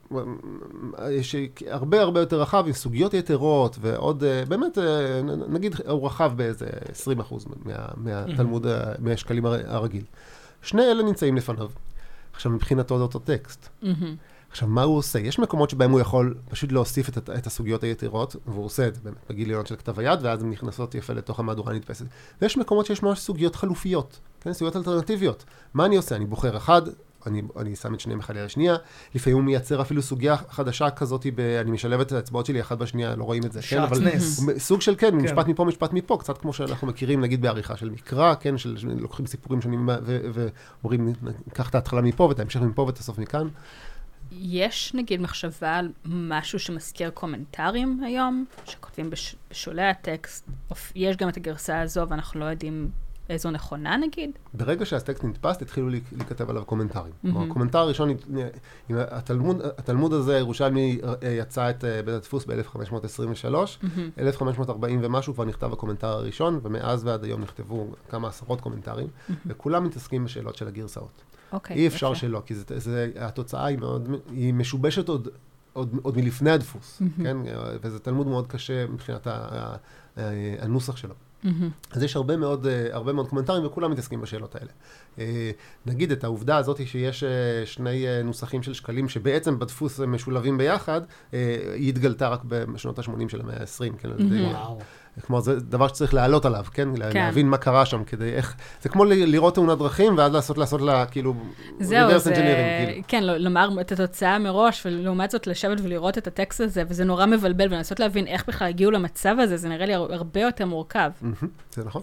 יש הרבה הרבה יותר רחב, עם סוגיות יתרות, ועוד, באמת, נגיד, הוא רחב באיזה עשרים אחוז מהתלמוד, מהשקלים הרגיל. שני אלה נמצאים לפניו. עכשיו, מבחינתו זה אותו טקסט. עכשיו, מה הוא עושה? יש מקומות שבהם הוא יכול פשוט להוסיף את, את הסוגיות היתרות, והוא עושה את זה באמת בגיליון של כתב היד, ואז הן נכנסות יפה לתוך המהדורה הנתפסת. ויש מקומות שיש ממש סוגיות חלופיות, כן? סוגיות אלטרנטיביות. מה אני עושה? אני בוחר אחד, אני, אני שם את שניהם אחד על השנייה, לפעמים הוא מייצר אפילו סוגיה חדשה כזאת, ב, אני משלב את האצבעות שלי אחד בשנייה, לא רואים את זה, כן? אבל סוג של כן, כן, משפט מפה, משפט מפה, קצת כמו שאנחנו מכירים, נגיד בעריכה של מקרא, כן? של, לוקחים סיפורים שונים ואומרים, ניקח את ההתחלה מפה ואת ההמשך מפה ואת הסוף מכאן. יש נגיד מחשבה על משהו שמזכיר קומנטרים היום, שכותבים בש, בשולי הטקסט, יש גם את הגרסה הזו ואנחנו לא יודעים איזו נכונה נגיד? ברגע שהטקסט נתפס, התחילו להיכתב עליו קומנטרים. Mm-hmm. הקומנטר הראשון, התלמוד, התלמוד הזה, ירושלמי יצא את בית הדפוס ב-אלף חמש מאות עשרים ושלוש, mm-hmm. אלף חמש מאות ארבעים ומשהו כבר נכתב הקומנטר הראשון, ומאז ועד היום נכתבו כמה עשרות קומנטרים, mm-hmm. וכולם מתעסקים בשאלות של הגרסאות. Okay, אי אפשר okay. שלא, כי זה, זה, התוצאה היא מאוד, היא משובשת עוד, עוד, עוד מלפני הדפוס, mm-hmm. כן? וזה תלמוד מאוד קשה מבחינת הנוסח שלו. Mm-hmm. אז יש הרבה מאוד, הרבה מאוד קומנטרים, וכולם מתעסקים בשאלות האלה. נגיד את העובדה הזאת שיש שני נוסחים של שקלים, שבעצם בדפוס משולבים ביחד, היא התגלתה רק בשנות ה-שמונים של המאה ה-עשרים, כן? Mm-hmm. וואו. כמו זה דבר שצריך לעלות עליו, כן? כן. להבין מה קרה שם, כדי איך... זה כמו לראות תאונת דרכים, ואז לעשות, לעשות לה, כאילו... זהו, זה... כאילו. כן, לומר את התוצאה מראש, ולעומת זאת לשבת ולראות את הטקסט הזה, וזה נורא מבלבל, ולנסות להבין איך בכלל הגיעו למצב הזה, זה נראה לי הרבה יותר מורכב. זה נכון.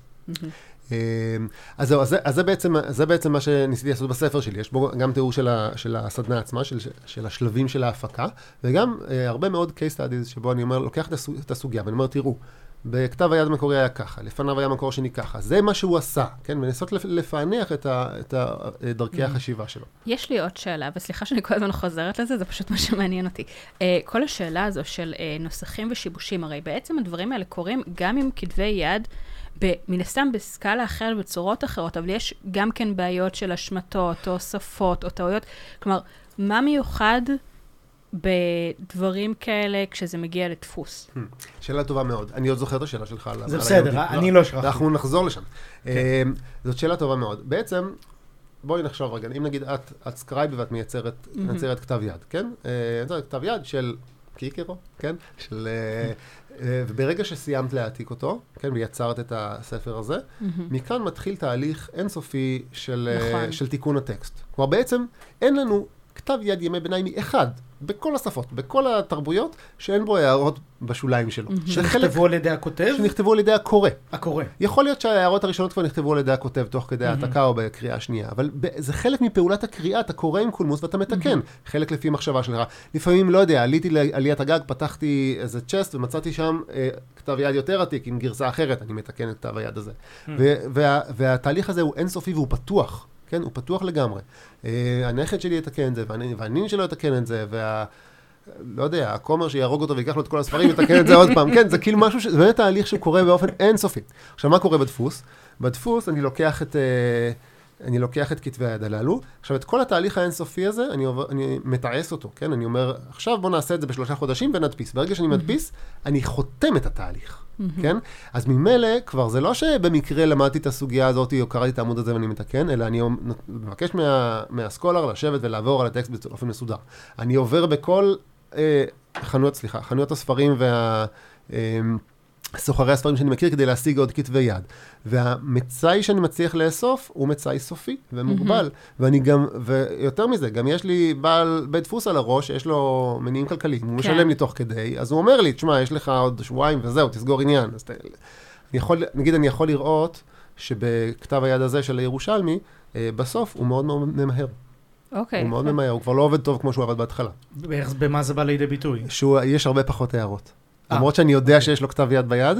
אז זהו, אז זה בעצם, זה בעצם מה שניסיתי לעשות בספר שלי. יש בו גם תיאור של, ה, של הסדנה עצמה, של, של השלבים של ההפקה, וגם הרבה מאוד case studies שבו אני אומר, לוקח את הסוגיה, ואני אומר, תראו, בכתב היד המקורי היה ככה, לפניו היה מקור שני ככה, זה מה שהוא עשה, כן? ונסות לפענח את, ה, את דרכי החשיבה שלו. יש לי עוד שאלה, וסליחה שאני כל הזמן חוזרת לזה, זה פשוט מה שמעניין אותי. כל השאלה הזו של נוסחים ושיבושים, הרי בעצם הדברים האלה קורים גם עם כתבי יד, מן הסתם בסקאלה אחרת, בצורות אחרות, אבל יש גם כן בעיות של השמטות, או שפות, או טעויות. כלומר, מה מיוחד בדברים כאלה כשזה מגיע לדפוס? שאלה טובה מאוד. אני עוד זוכר את השאלה שלך. זה בסדר, אני לא שכחתי. אנחנו נחזור לשם. זאת שאלה טובה מאוד. בעצם, בואי נחשוב רגע, אם נגיד את סקרייב ואת מייצרת כתב יד, כן? מייצרת כתב יד של קיקרו, כן? של... וברגע שסיימת להעתיק אותו, כן, ויצרת את הספר הזה, מכאן מתחיל תהליך אינסופי של, של תיקון הטקסט. כלומר, בעצם אין לנו כתב יד ימי ביניים אחד, בכל השפות, בכל התרבויות, שאין בו הערות בשוליים שלו. שנכתבו על ידי הכותב? שנכתבו על ידי הקורא. הקורא. יכול להיות שההערות הראשונות כבר נכתבו על ידי הכותב, תוך כדי העתקה או בקריאה השנייה, אבל זה חלק מפעולת הקריאה, אתה קורא עם קולמוס ואתה מתקן, חלק לפי מחשבה שלך. לפעמים, לא יודע, עליתי לעליית הגג, פתחתי איזה צ'סט ומצאתי שם כתב יד יותר עתיק, עם גרסה אחרת, אני מתקן את כתב היד הזה. והתהליך הזה הוא אינסופי והוא פתוח. כן, הוא פתוח לגמרי. הנכד שלי יתקן את זה, והנין שלו יתקן את זה, וה... לא יודע, הכומר שיהרוג אותו ויקח לו את כל הספרים, יתקן את זה עוד פעם. כן, זה כאילו משהו, זה באמת תהליך שקורה באופן אינסופי. עכשיו, מה קורה בדפוס? בדפוס אני לוקח את... אני לוקח את כתבי היד הללו. עכשיו, את כל התהליך האינסופי הזה, אני, עובר, אני מתעש אותו, כן? אני אומר, עכשיו בוא נעשה את זה בשלושה חודשים ונדפיס. ברגע שאני מדפיס, אני חותם את התהליך, כן? אז ממילא, כבר זה לא שבמקרה למדתי את הסוגיה הזאת, או קראתי את העמוד הזה ואני מתקן, אלא אני מבקש מה, מהסקולר לשבת ולעבור על הטקסט באופן מסודר. אני עובר בכל אה, חנויות, סליחה, חנויות הספרים וה... אה, סוחרי הספרים שאני מכיר כדי להשיג עוד כתבי יד. והמצאי שאני מצליח לאסוף הוא מצאי סופי ומוגבל. Mm-hmm. ואני גם, ויותר מזה, גם יש לי בעל בית דפוס על הראש, יש לו מניעים כלכליים, הוא כן. משלם לי תוך כדי, אז הוא אומר לי, תשמע, יש לך עוד שבועיים וזהו, תסגור עניין. אז ת... אני יכול, נגיד, אני יכול לראות שבכתב היד הזה של הירושלמי, בסוף הוא מאוד מאוד ממהר. אוקיי. הוא מאוד ממהר, הוא כבר לא עובד טוב כמו שהוא עבד בהתחלה. במה זה בא לידי ביטוי? שיש הרבה פחות הערות. למרות שאני יודע שיש לו כתב יד ביד,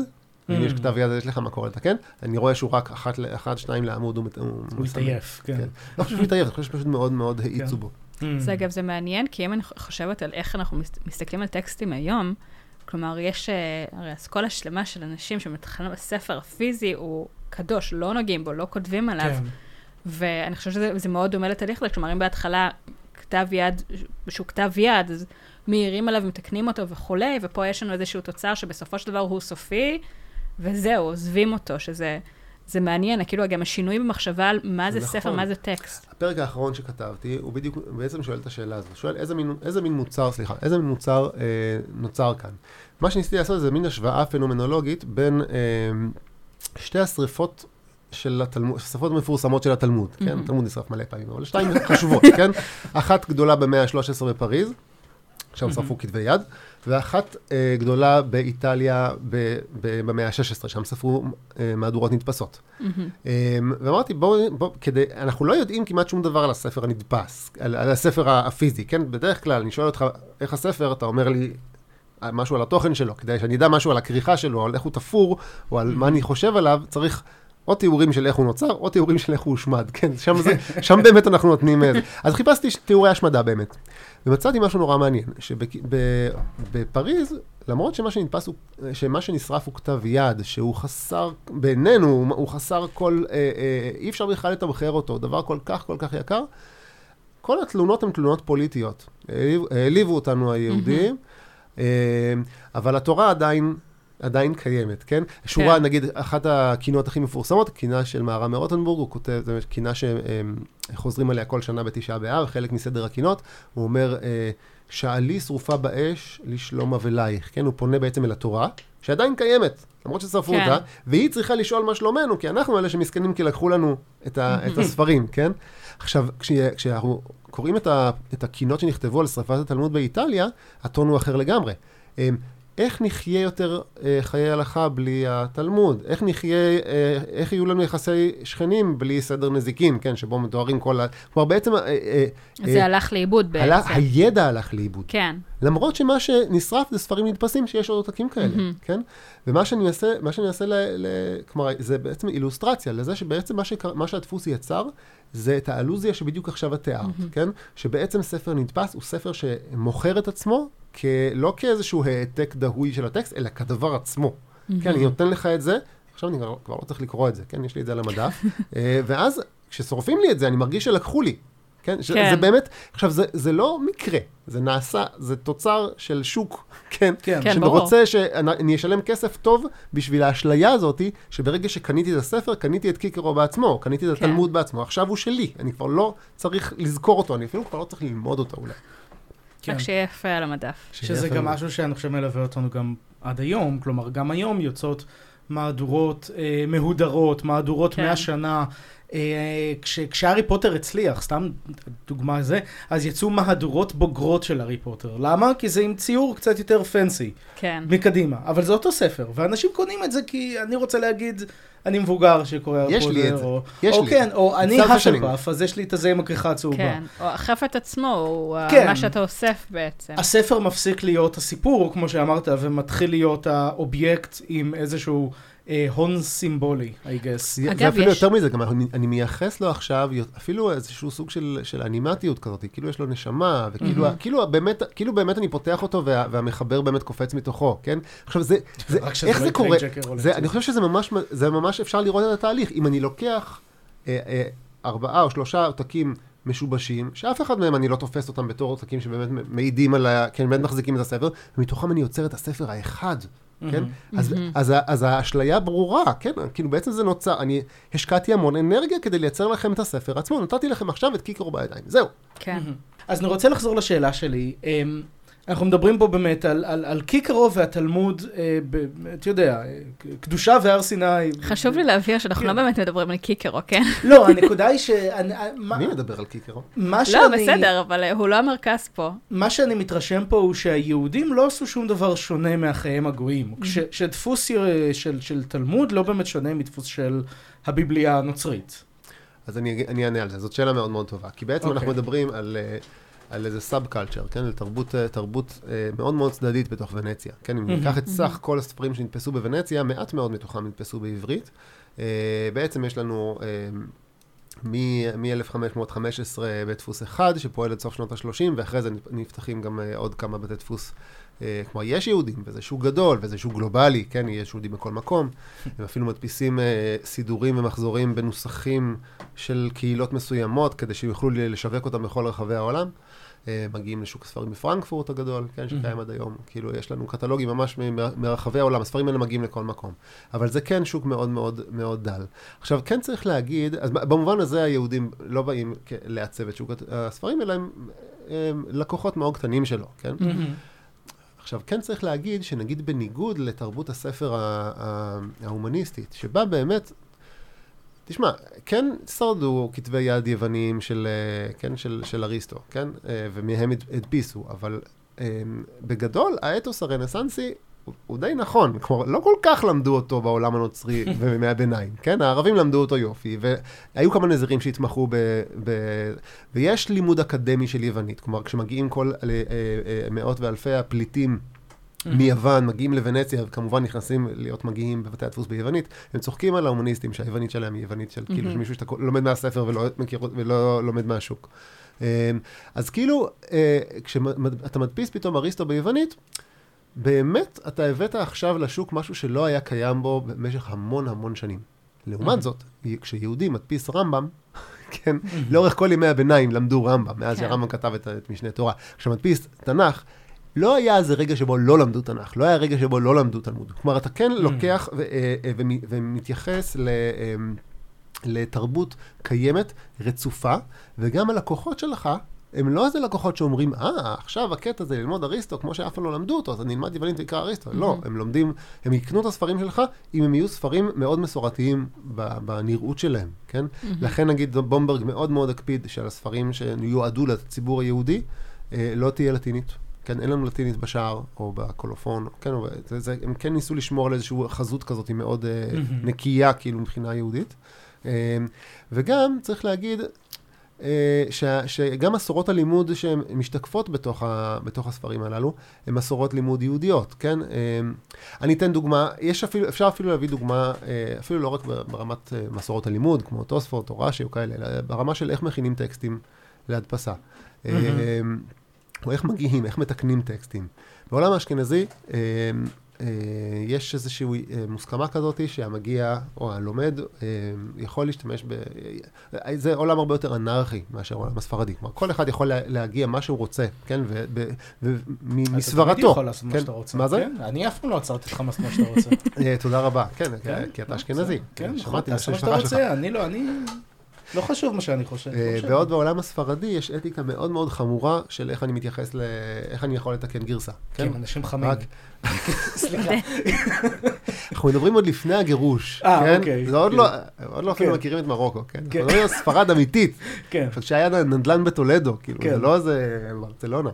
ואם יש כתב יד, יש לך מקור לתקן. אני רואה שהוא רק אחת, אחת, שתיים לעמוד, הוא מתעייף, כן. לא חושב שהוא מתעייף, אני חושב שפשוט מאוד מאוד העיצו בו. זה אגב, זה מעניין, כי אם אני חושבת על איך אנחנו מסתכלים על טקסטים היום, כלומר, יש, הרי אסכולה שלמה של אנשים שמתחילים בספר הפיזי, הוא קדוש, לא נוגעים בו, לא כותבים עליו. ואני חושבת שזה מאוד דומה לתהליך, כלומר, אם בהתחלה כתב יד, שהוא כתב יד, אז מעירים עליו, מתקנים אותו וכולי, ופה יש לנו איזשהו תוצר שבסופו של דבר הוא סופי, וזהו, עוזבים אותו, שזה זה מעניין, כאילו גם השינוי במחשבה על מה זה ספר, מה זה טקסט. הפרק האחרון שכתבתי, הוא בדיוק, בעצם שואל את השאלה הזאת, שואל איזה מין, איזה מין מוצר, סליחה, איזה מין מוצר אה, נוצר כאן. מה שניסיתי לעשות זה מין השוואה פנומנולוגית בין אה, שתי השריפות של התלמוד, השריפות המפורסמות של התלמוד, mm-hmm. כן? התלמוד נשרף מלא פעמים, אבל שתיים חשובות, כן? אחת גדולה במאה ה-שלוש עשרה בפריז, שם שרפו כתבי יד, ואחת אה, גדולה באיטליה ב, ב, במאה ה-שש עשרה, שם ספרו אה, מהדורות נדפסות. Mm-hmm. אה, ואמרתי, בואו, בוא, כדי, אנחנו לא יודעים כמעט שום דבר על הספר הנדפס, על, על הספר הפיזי, כן? בדרך כלל, אני שואל אותך איך הספר, אתה אומר לי משהו על התוכן שלו, כדי שאני אדע משהו על הכריכה שלו, על איך הוא תפור, או על mm-hmm. מה אני חושב עליו, צריך או תיאורים של איך הוא נוצר, או תיאורים של איך הוא הושמד, כן? שם, זה, שם באמת אנחנו נותנים איזה. אז חיפשתי תיאורי השמדה באמת. ומצאתי משהו נורא מעניין, שבפריז, למרות שמה שנתפס, שמה שנשרף הוא כתב יד, שהוא חסר, בינינו, הוא חסר כל, אה, אה, אי אפשר בכלל לתמחר אותו, דבר כל כך כל כך יקר, כל התלונות הן תלונות פוליטיות. העליבו אותנו היהודים, אה, אבל התורה עדיין, עדיין קיימת, כן? שורה, כן. נגיד, אחת הקינות הכי מפורסמות, קינה של מהר"ם מרוטנבורג, הוא כותב, זו קינה שחוזרים עליה כל שנה בתשעה באב, חלק מסדר הקינות, הוא אומר, שעלי שרופה באש לשלום אבלייך, כן? הוא פונה בעצם אל התורה, שעדיין קיימת, למרות ששרפו כן. אותה, והיא צריכה לשאול מה שלומנו, כי אנחנו אלה שמסכנים כי לקחו לנו את, ה, את הספרים, כן? עכשיו, כשאנחנו קוראים את, ה, את הקינות שנכתבו על שרפת התלמוד באיטליה, הטון הוא אחר לגמרי. איך נחיה יותר אה, חיי הלכה בלי התלמוד? איך נחיה, אה, איך יהיו לנו יחסי שכנים בלי סדר נזיקין, כן, שבו מתוארים כל ה... כלומר, בעצם... אה, אה, זה אה, הלך לאיבוד בעצם. הלך, הידע הלך לאיבוד. כן. למרות שמה שנשרף זה ספרים נדפסים שיש עוד עותקים כאלה, mm-hmm. כן? ומה שאני אעשה, מה שאני אעשה ל... ל כלומר, זה בעצם אילוסטרציה לזה שבעצם מה, שקר, מה שהדפוס יצר, זה את האלוזיה שבדיוק עכשיו את תיארת, mm-hmm. כן? שבעצם ספר נדפס הוא ספר שמוכר את עצמו, לא כאיזשהו העתק דהוי של הטקסט, אלא כדבר עצמו. Mm-hmm. כן, אני נותן לך את זה, עכשיו אני כבר לא צריך לקרוא את זה, כן? יש לי את זה על המדף. ואז, כששורפים לי את זה, אני מרגיש שלקחו לי. כן? ש- כן. זה באמת, עכשיו, זה, זה לא מקרה, זה נעשה, זה תוצר של שוק, כן? כן, שאני ברור. רוצה שאני אשלם כסף טוב בשביל האשליה הזאת, שברגע שקניתי את הספר, קניתי את קיקרו בעצמו, קניתי את התלמוד כן. בעצמו, עכשיו הוא שלי, אני כבר לא צריך לזכור אותו, אני אפילו כבר לא צריך ללמוד אותו אולי. כן. רק שיהיה יפה על המדף. שזה גם משהו שאני חושב מלווה אותנו גם עד היום, כלומר, גם היום יוצאות מהדורות אה, מהודרות, מהדורות כן. מאה שנה, אה, כש, כשהארי פוטר הצליח, סתם דוגמה זה, אז יצאו מהדורות בוגרות של הארי פוטר. למה? כי זה עם ציור קצת יותר פנסי. כן. מקדימה. אבל זה אותו ספר, ואנשים קונים את זה כי אני רוצה להגיד... אני מבוגר שקורא על יש לי את זה, או, יש או לי. כן, או אני השלפף, אז יש לי את הזה עם הכריכה הצהובה. כן, או החפת עצמו, הוא כן. מה שאתה אוסף בעצם. הספר מפסיק להיות הסיפור, כמו שאמרת, ומתחיל להיות האובייקט עם איזשהו אה, הון סימבולי, I guess. אגב, זה אפילו יש... יותר מזה, גם אני, אני מייחס לו עכשיו, אפילו איזשהו סוג של, של אנימטיות כזאת, כאילו יש לו נשמה, וכאילו mm-hmm. כאילו, באמת, כאילו באמת אני פותח אותו, וה, והמחבר באמת קופץ מתוכו, כן? עכשיו, זה, זה, איך זה קורה? זה, אני חושב שזה ממש, זה ממש אפשר לראות את התהליך. אם אני לוקח אה, אה, ארבעה או שלושה עותקים משובשים, שאף אחד מהם אני לא תופס אותם בתור עותקים שבאמת מעידים על ה... כן, באמת מחזיקים את הספר, ומתוכם אני יוצר את הספר האחד, כן? אז, אז, אז האשליה ברורה, כן? כאילו בעצם זה נוצר, אני השקעתי המון אנרגיה כדי לייצר לכם את הספר עצמו, נתתי לכם עכשיו את קיקרו בידיים, זהו. כן. אז אני רוצה לחזור לשאלה שלי, אנחנו מדברים פה באמת על, על, על קיקרו והתלמוד, אה, ב, אתה יודע, קדושה והר סיני. חשוב לי להבהיר שאנחנו כן. לא באמת מדברים על קיקרו, כן? לא, הנקודה היא ש... מי מדבר על קיקרו? לא, שאני, בסדר, אבל הוא לא המרכז פה. מה שאני מתרשם פה הוא שהיהודים לא עשו שום דבר שונה מאחייהם הגויים. כש, שדפוס של, של תלמוד לא באמת שונה מדפוס של הביבליה הנוצרית. אז אני, אני אענה על זה, זאת שאלה מאוד מאוד טובה. כי בעצם okay. אנחנו מדברים על... על איזה סאב-קלצ'ר, כן? לתרבות, תרבות מאוד מאוד צדדית בתוך ונציה, כן? אם ניקח את סך כל הספרים שנתפסו בוונציה, מעט מאוד מתוכם נתפסו בעברית. בעצם יש לנו מ-אלף חמש מאות וחמש עשרה בדפוס אחד, שפועל עד סוף שנות ה-שלושים, ואחרי זה נפתחים גם עוד כמה בתי דפוס. כלומר, יש יהודים, וזה שוק גדול, וזה שוק גלובלי, כן, יש יהודים בכל מקום. הם אפילו מדפיסים סידורים ומחזורים בנוסחים של קהילות מסוימות, כדי שיוכלו לשווק אותם בכל רחבי העולם. מגיעים לשוק הספרים בפרנקפורט הגדול, כן, שקיים עד היום. כאילו, יש לנו קטלוגים ממש מרחבי העולם, הספרים האלה מגיעים לכל מקום. אבל זה כן שוק מאוד מאוד מאוד דל. עכשיו, כן צריך להגיד, אז במובן הזה היהודים לא באים לעצב את שוק הספרים, אלא הם, הם לקוחות מאוד קטנים שלו, כן? עכשיו, כן צריך להגיד שנגיד בניגוד לתרבות הספר ההומניסטית, שבה באמת, תשמע, כן שרדו כתבי יד יווניים של, כן, של, של אריסטו, כן? ומהם הדפיסו, אבל בגדגדול, האתוס הרנסנסי הוא, הוא די נכון. כלומר, לא כל כך למדו אותו בעולם הנוצרי ובימי הביניים, כן? הערבים למדו אותו יופי, והיו כמה נזירים שהתמחו ב... ב ויש לימוד אקדמי של יוונית. כלומר, כשמגיעים כל מאות ואלפי הפליטים מיוון, מגיעים לוונציה, וכמובן נכנסים להיות מגיעים בבתי הדפוס ביוונית, הם צוחקים על ההומניסטים שהיוונית שלהם היא יוונית של כאילו שמישהו שאתה לומד מהספר ולא מכיר ולא לומד מהשוק. אז כאילו, כשאתה מדפיס פתאום אריסטו ביוונית, באמת אתה הבאת עכשיו לשוק משהו שלא היה קיים בו במשך המון המון שנים. לעומת זאת, כשיהודי מדפיס רמב"ם, כן, לאורך כל ימי הביניים למדו רמב"ם, מאז שהרמב"ם כתב את משנה תורה. כשמדפיס תנ"ך, לא היה איזה רגע שבו לא למדו תנ"ך, לא היה רגע שבו לא למדו תלמוד. כלומר, אתה כן לוקח ומתייחס לתרבות קיימת, רצופה, וגם הלקוחות שלך, הם לא איזה לקוחות שאומרים, אה, עכשיו הקטע זה ללמוד אריסטו, כמו שאף לא למדו אותו, אז אני אלמד יוונית ויקרא אריסטו. לא, הם לומדים, הם יקנו את הספרים שלך, אם הם יהיו ספרים מאוד מסורתיים בנראות שלהם, כן? לכן נגיד בומברג מאוד מאוד הקפיד של הספרים שיועדו לציבור היהודי, לא תהיה לטינית. כן, אין לנו לטינית בשער, או בקולופון, כן, זה, זה, הם כן ניסו לשמור על איזושהי חזות כזאת, היא מאוד uh, נקייה, כאילו, מבחינה יהודית. Uh, וגם, צריך להגיד, uh, ש, שגם מסורות הלימוד שהן משתקפות בתוך, ה, בתוך הספרים הללו, הן מסורות לימוד יהודיות, כן? Uh, אני אתן דוגמה, יש אפילו, אפשר אפילו להביא דוגמה, uh, אפילו לא רק ברמת uh, מסורות הלימוד, כמו תוספות או רש"י או כאלה, אלא ברמה של איך מכינים טקסטים להדפסה. Uh, או איך מגיעים, איך מתקנים טקסטים. בעולם האשכנזי אה, אה, יש איזושהי אה, מוסכמה כזאת שהמגיע או הלומד אה, יכול להשתמש ב... אה, זה עולם הרבה יותר אנרכי מאשר עולם הספרדי. כלומר, כל אחד יכול לה, להגיע מה שהוא רוצה, כן? ומסברתו. אתה תמיד יכול לעשות מה שאתה רוצה. מה זה? כן? אני אף פעם לא עצרתי לך מה שאתה רוצה. תודה רבה. כן, כי אתה אשכנזי. כן, נכון, תעשה מה שאתה רוצה. אני לא, אני... לא חשוב מה שאני חושב. בעוד בעולם הספרדי יש אתיקה מאוד מאוד חמורה של איך אני מתייחס ל... איך אני יכול לתקן גרסה. כן, אנשים חמים. סליחה. אנחנו מדברים עוד לפני הגירוש. אה, אוקיי. זה עוד לא אפילו מכירים את מרוקו, כן? אנחנו מדברים על ספרד אמיתית. כן. כשהיה נדל"ן בטולדו, כאילו, זה לא איזה ברצלונה.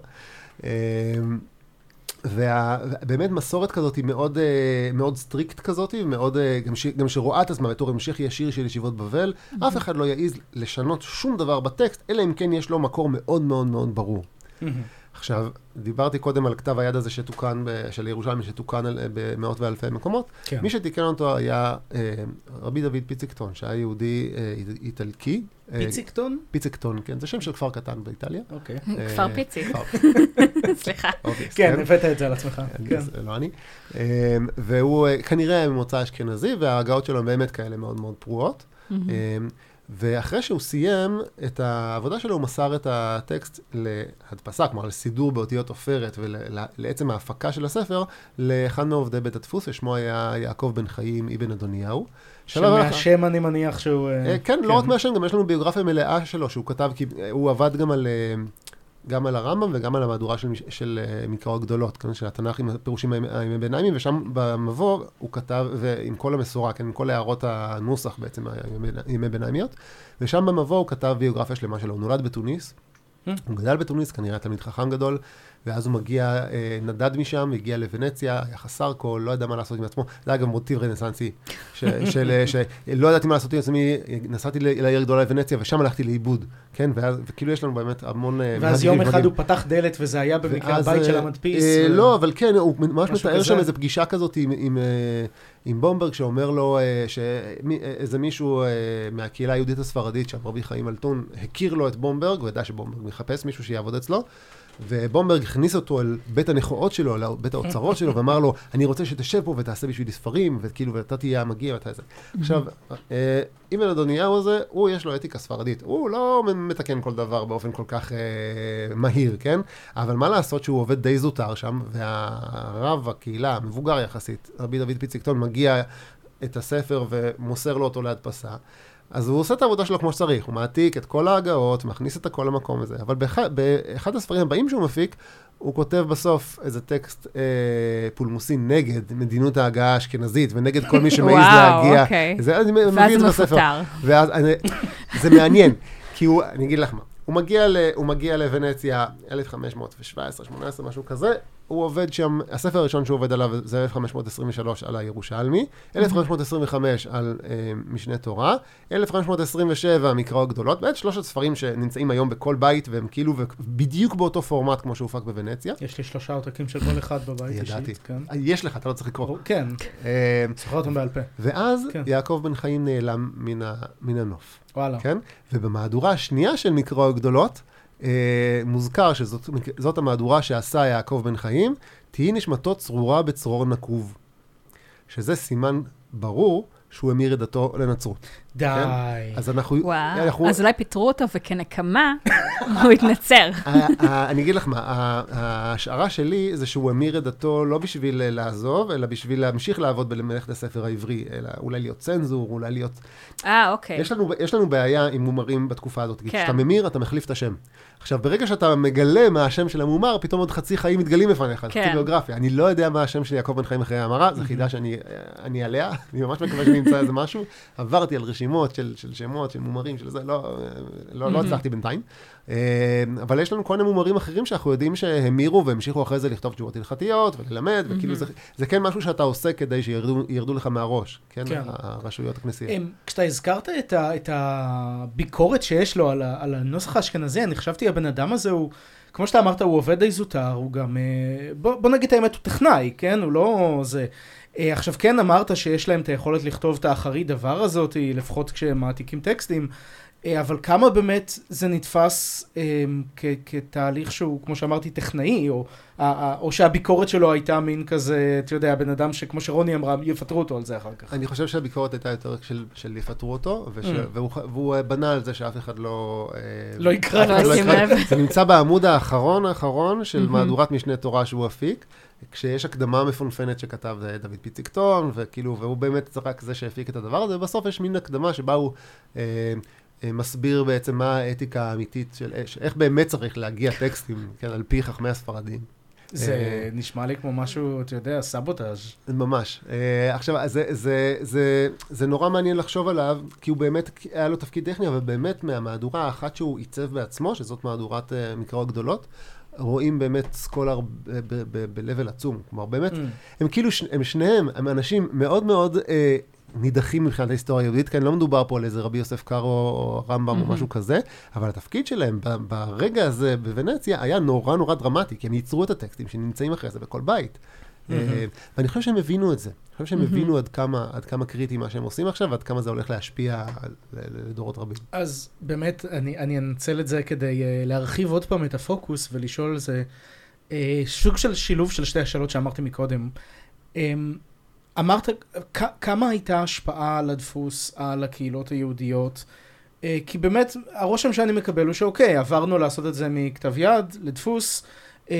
ובאמת מסורת כזאת היא מאוד, מאוד סטריקט כזאת, ומאוד, גם שרואה את עצמה בתור המשך ישיר של ישיבות בבל, אף אחד לא יעיז לשנות שום דבר בטקסט, אלא אם כן יש לו מקור מאוד מאוד מאוד ברור. עכשיו, דיברתי קודם על כתב היד הזה שתוקן, של ירושלים, שתוקן במאות ואלפי מקומות. כן. מי שתיקן אותו היה רבי דוד פיציקטון, שהיה יהודי איטלקי. פיציקטון? פיציקטון, כן. זה שם של כפר קטן באיטליה. אוקיי. כפר פיציק. סליחה. כן, הבאת את זה על עצמך. לא אני. והוא כנראה ממוצא אשכנזי, וההגעות שלו באמת כאלה מאוד מאוד פרועות. ואחרי שהוא סיים את העבודה שלו, הוא מסר את הטקסט להדפסה, כלומר לסידור באותיות עופרת ולעצם ההפקה של הספר, לאחד מעובדי בית הדפוס, ששמו היה יעקב בן חיים אבן אדוניהו. שמהשם אני מניח שהוא... כן, לא רק מהשם, גם יש לנו ביוגרפיה מלאה שלו, שהוא כתב, כי הוא עבד גם על... גם על הרמב"ם וגם על המהדורה של, של uh, מקרא הגדולות, כן, של התנ"ך עם הפירושים הימי ביניים, ושם במבוא הוא כתב, ועם כל המסורה, כן, עם כל הערות הנוסח בעצם הימי ביניימיות, ושם במבוא הוא כתב ביוגרפיה שלמה שלו. הוא נולד בתוניס, הוא גדל בתוניס, כנראה תלמיד חכם גדול, ואז הוא מגיע, נדד משם, הגיע לוונציה, היה חסר כל, לא ידע מה לעשות עם עצמו, זה היה גם מוטיב רנסנסי, שלא ידעתי מה לעשות עם עצמי, נסעתי לעיר גדולה לוונציה, ושם הלכתי לאיבוד, כן, וכאילו יש לנו באמת המון... ואז יום אחד הוא פתח דלת, וזה היה במקרה הבית של המדפיס. לא, אבל כן, הוא ממש מתאר שם איזו פגישה כזאת עם בומברג, שאומר לו שאיזה מישהו מהקהילה היהודית הספרדית, שם רבי חיים אלטון, הכיר לו את בומברג, הוא ידע שבומברג מחפש מישהו שיעבוד אצלו, ובומברג הכניס אותו אל בית הנכואות שלו, אל בית האוצרות שלו, ואמר לו, אני רוצה שתשב פה ותעשה בשבילי ספרים, וכאילו, ואתה תהיה המגיע ואתה איזה. עכשיו, אבן אדוניהו הזה, הוא יש לו אתיקה ספרדית, הוא לא מתקן כל דבר באופן כל כך מהיר, כן? אבל מה לעשות שהוא עובד די זוטר שם, והרב הקהילה, המבוגר יחסית, רבי דוד פיציקטון, מגיע את הספר ומוסר לו אותו להדפסה, אז הוא עושה את העבודה שלו כמו שצריך, הוא מעתיק את כל ההגאות, מכניס את הכל למקום הזה, אבל באחד, באחד הספרים הבאים שהוא מפיק, הוא כותב בסוף איזה טקסט אה, פולמוסי נגד מדיניות ההגעה האשכנזית, ונגד כל מי שמעז להגיע. וואו, אוקיי. זה, אני ואז הוא מפוטר. ואז אני, זה מעניין, כי הוא, אני אגיד לך מה, הוא מגיע, ל, הוא מגיע לוונציה אלף חמש מאות שבע עשרה שמונה עשרה, משהו כזה, הוא עובד שם, הספר הראשון שהוא עובד עליו זה אלף חמש מאות עשרים ושלוש על הירושלמי, אלף חמש מאות עשרים וחמש על אה, משנה תורה, אלף חמש מאות עשרים ושבע מקרא הגדולות, באמת שלושת ספרים שנמצאים היום בכל בית, והם כאילו בדיוק באותו פורמט כמו שהופק בוונציה. יש לי שלושה עותקים של כל אחד בבית ידעתי. אישית, כן. יש לך, אתה לא צריך לקרוא. כן, אה, זוכר אותם בעל פה. ואז כן. יעקב בן חיים נעלם מן, ה, מן הנוף. וואלה. כן? ובמהדורה השנייה של מקרא הגדולות, אה, מוזכר שזאת המהדורה שעשה יעקב בן חיים, תהי נשמתו צרורה בצרור נקוב. שזה סימן ברור שהוא המיר את דתו לנצרות. די. כן? אז אנחנו... וואו, אנחנו... אז אולי פיטרו אותו וכנקמה הוא התנצר. אני אגיד לך מה, ההשערה שלי זה שהוא המיר את דתו לא בשביל לעזוב, אלא בשביל להמשיך לעבוד במלאכת הספר העברי, אלא אולי להיות צנזור, אולי להיות... אה, אוקיי. יש לנו, יש לנו בעיה עם מומרים בתקופה הזאת. כן. כשאתה ממיר, אתה מחליף את השם. עכשיו, ברגע שאתה מגלה מה השם של המומר, פתאום עוד חצי חיים מתגלים בפניך, כן. חצי ביוגרפיה. אני לא יודע מה השם של יעקב בן חיים אחרי המרה, זו חידה שאני אני עליה, אני ממש מקווה שאני אמצא איזה משהו. עברתי על רשימות של, של שמות, של מומרים, של זה, לא, לא, לא הצלחתי בינתיים. אבל יש לנו כל מיני מומרים אחרים שאנחנו יודעים שהמירו והמשיכו אחרי זה לכתוב תשובות הלכתיות וללמד, וכאילו זה, זה כן משהו שאתה עושה כדי שירדו ירדו לך מהראש, כן, כן. הרשויות הכנסיות. כשאתה הזכרת את, ה, את הביקורת שיש לו על, ה, על הנוסח האשכנזי, אני חשבתי הבן אדם הזה הוא, כמו שאתה אמרת, הוא עובד די זוטר, הוא גם, בוא, בוא נגיד את האמת, הוא טכנאי, כן, הוא לא זה. עכשיו כן אמרת שיש להם את היכולת לכתוב את האחרי דבר הזאת, לפחות כשהם מעתיקים טקסטים, אבל כמה באמת זה נתפס כ- כתהליך שהוא, כמו שאמרתי, טכנאי, או, או שהביקורת שלו הייתה מין כזה, אתה יודע, בן אדם שכמו שרוני אמרה, יפטרו אותו על זה אחר כך. אני חושב שהביקורת הייתה יותר של, של יפטרו אותו, וש, mm. והוא, והוא בנה על זה שאף אחד לא... לא יקרא, לא ישים לב. זה נמצא בעמוד האחרון האחרון של מהדורת משנה תורה שהוא הפיק, כשיש הקדמה מפונפנת שכתב דוד פיציקטון, וכאילו, והוא באמת רק זה שהפיק את הדבר הזה, ובסוף יש מין הקדמה שבה הוא... אה, מסביר בעצם מה האתיקה האמיתית של איך באמת צריך להגיע טקסטים, כן, על פי חכמי הספרדים. זה נשמע לי כמו משהו, אתה יודע, סבוטאז'. ממש. עכשיו, זה, זה, זה, זה נורא מעניין לחשוב עליו, כי הוא באמת, היה לו תפקיד טכני, אבל באמת מהמהדורה האחת שהוא עיצב בעצמו, שזאת מהדורת מקרא הגדולות, רואים באמת סקולר ב-level עצום. כלומר, באמת, הם כאילו, הם שניהם, הם אנשים מאוד מאוד... נידחים מבחינת ההיסטוריה היהודית, כי לא מדובר פה על איזה רבי יוסף קארו או רמב"ם או משהו כזה, אבל התפקיד שלהם ברגע הזה בוונציה היה נורא נורא דרמטי, כי הם ייצרו את הטקסטים שנמצאים אחרי זה בכל בית. ואני חושב שהם הבינו את זה. אני חושב שהם הבינו עד כמה, עד כמה קריטי מה שהם עושים עכשיו, ועד כמה זה הולך להשפיע לדורות רבים. אז באמת, אני, אני אנצל את זה כדי להרחיב עוד פעם את הפוקוס ולשאול על זה, סוג של שילוב של שתי השאלות שאמרתי מקודם. אמרת, כ- כמה הייתה השפעה על הדפוס, על הקהילות היהודיות? אה, כי באמת, הרושם שאני מקבל הוא שאוקיי, עברנו לעשות את זה מכתב יד לדפוס, אה,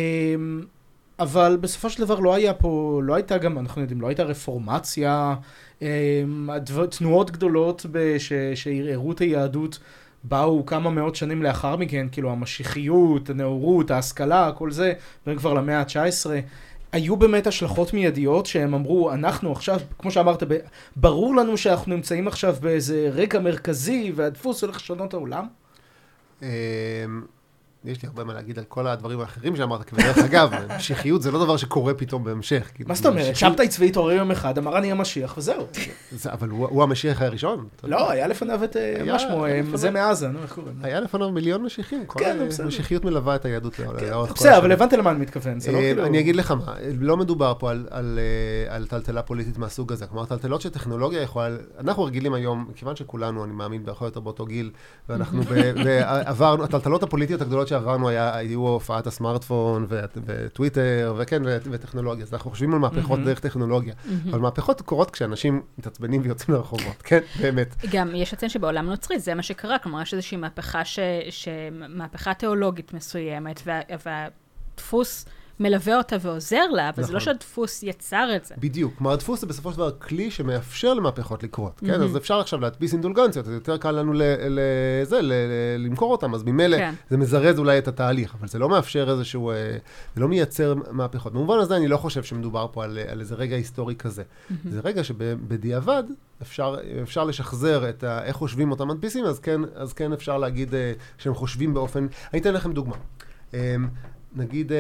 אבל בסופו של דבר לא היה פה, לא הייתה גם, אנחנו יודעים, לא הייתה רפורמציה, אה, תנועות גדולות ש- שערערו את היהדות, באו כמה מאות שנים לאחר מכן, כאילו המשיחיות, הנאורות, ההשכלה, כל זה, וכבר למאה ה-תשע עשרה, היו באמת השלכות מיידיות שהם אמרו, אנחנו עכשיו, כמו שאמרת, ברור לנו שאנחנו נמצאים עכשיו באיזה רגע מרכזי, והדפוס הולך לשנות העולם? יש לי הרבה מה להגיד על כל הדברים האחרים שאמרת, כבדרך אגב, משיחיות זה לא דבר שקורה פתאום בהמשך. מה זאת אומרת? שבתאי צבי התעורר יום אחד, אמר אני המשיח, וזהו. אבל הוא המשיח הראשון. לא, היה לפניו את משמו, זה מעזה, נו, איך קוראים? היה לפניו מיליון משיחים, כל המשיחיות מלווה את היהדות. בסדר, אבל הבנתי למה אני מתכוון. אני אגיד לך מה, לא מדובר פה על טלטלה פוליטית מהסוג הזה, כלומר, טלטלות שטכנולוגיה יכולה, אנחנו רגילים היום, כיוון שכולנו, אני מאמין, באחר יותר באותו גיל, ואנחנו עברנו, הטלטלות הפוליטיות הגדולות שעברנו היו הופעת הסמארטפון וטוויטר, וכן, וטכנולוגיה. אז אנחנו חושבים על מהפכות דרך טכנולוגיה. אבל מהפכות קורות כשאנשים מתעצבנים ויוצאים לרחובות, כן? באמת. גם יש לציין שבעולם נוצרי, זה מה שקרה, כלומר, יש איזושהי מהפכה, מהפכה תיאולוגית מסוימת, והדפוס מלווה אותה ועוזר לה, אבל זה לא שהדפוס יצר את זה. בדיוק. כלומר, הדפוס זה בסופו של דבר כלי שמאפשר למהפכות לקרות, כן? אז אפשר עכשיו להדפיס אינדולגנציות, זה יותר קל לנו לזה, למכור אותם, אז ממילא זה מזרז אולי את התהליך, אבל זה לא מאפשר איזשהו, זה לא מייצר מהפכות. במובן הזה אני לא חושב שמדובר פה על איזה רגע היסטורי כזה. זה רגע שבדיעבד אפשר, אפשר לשחזר את איך חושבים אותם מדפיסים, אז כן, אז כן אפשר להגיד שהם חושבים באופן, אני אתן לכם דוגמה. נגיד,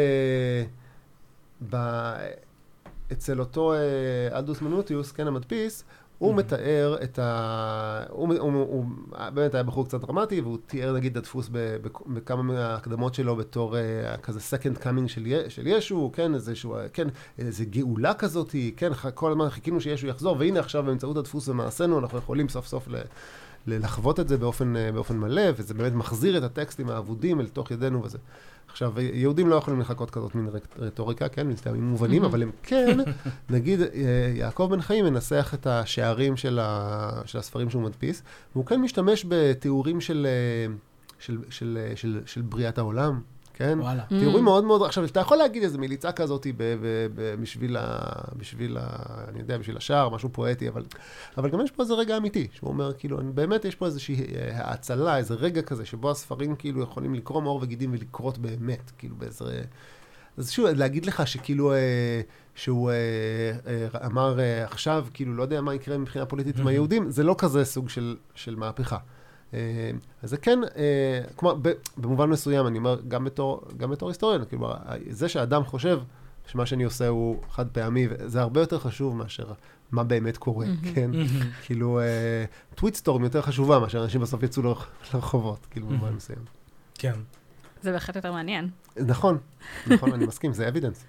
אצל אותו אלדוס מנוטיוס, כן, המדפיס, הוא מתאר את ה... הוא באמת היה בחור קצת דרמטי, והוא תיאר, נגיד, הדפוס בכמה מההקדמות שלו בתור כזה second coming של ישו, כן, איזשהו, כן, איזו גאולה כזאת, כן, כל הזמן חיכינו שישו יחזור, והנה עכשיו באמצעות הדפוס ומעשינו, אנחנו יכולים סוף סוף לחוות את זה באופן, באופן מלא, וזה באמת מחזיר את הטקסטים העבודים אל תוך ידינו וזה. עכשיו, יהודים לא יכולים לחכות כזאת מן רטוריקה, כן, מסתיימים מובנים, אבל הם כן, נגיד, יעקב בן חיים מנסח את השערים של, ה, של הספרים שהוא מדפיס, והוא כן משתמש בתיאורים של, של, של, של, של בריאת העולם, כן? וואלה. תיאורים מאוד מאוד, עכשיו, אתה יכול להגיד איזו מיליצה כזאת בשביל, בשביל, אני יודע, בשביל השער, משהו פואטי, אבל, אבל גם יש פה איזה רגע אמיתי, שהוא אומר, כאילו, באמת יש פה איזושהי הצלה, איזה רגע כזה, שבו הספרים כאילו יכולים לקרום עור וגידים ולקרות באמת, כאילו באיזה... אז שוב, להגיד לך שכאילו, שהוא אמר עכשיו, כאילו, לא יודע מה יקרה מבחינה פוליטית עם היהודים, זה לא כזה סוג של, של מהפכה. אז זה כן, כמו, במובן מסוים, אני אומר, גם בתור, גם בתור היסטוריון, כאילו, זה שהאדם חושב שמה שאני עושה הוא חד פעמי, זה הרבה יותר חשוב מאשר מה באמת קורה, כן? כאילו, טוויט סטורם יותר חשובה מאשר אנשים בסוף יצאו לרחובות, כאילו, במובן מסוים. כן. זה בהחלט יותר מעניין. נכון, נכון, אני מסכים, זה אבידנס.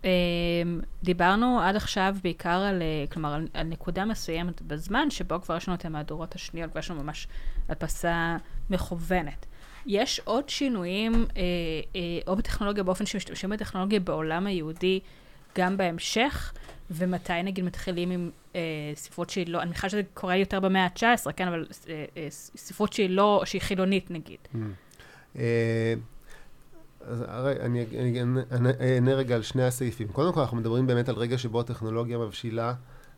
דיברנו עד עכשיו בעיקר על, כלומר, על, על נקודה מסוימת בזמן, שבו כבר יש לנו את המהדורות השניות, כבר יש לנו ממש הדפסה מכוונת. יש עוד שינויים, אה, אה, או בטכנולוגיה, באופן שמשתמשים בטכנולוגיה בעולם היהודי, גם בהמשך, ומתי נגיד מתחילים עם אה, ספרות שהיא לא, אני מניחה שזה קורה יותר במאה ה-תשע עשרה, כן, אבל אה, אה, ספרות שהיא לא, שהיא חילונית נגיד. אה... אז הרי, אני אענה רגע על שני הסעיפים. קודם כל, אנחנו מדברים באמת על רגע שבו הטכנולוגיה מבשילה,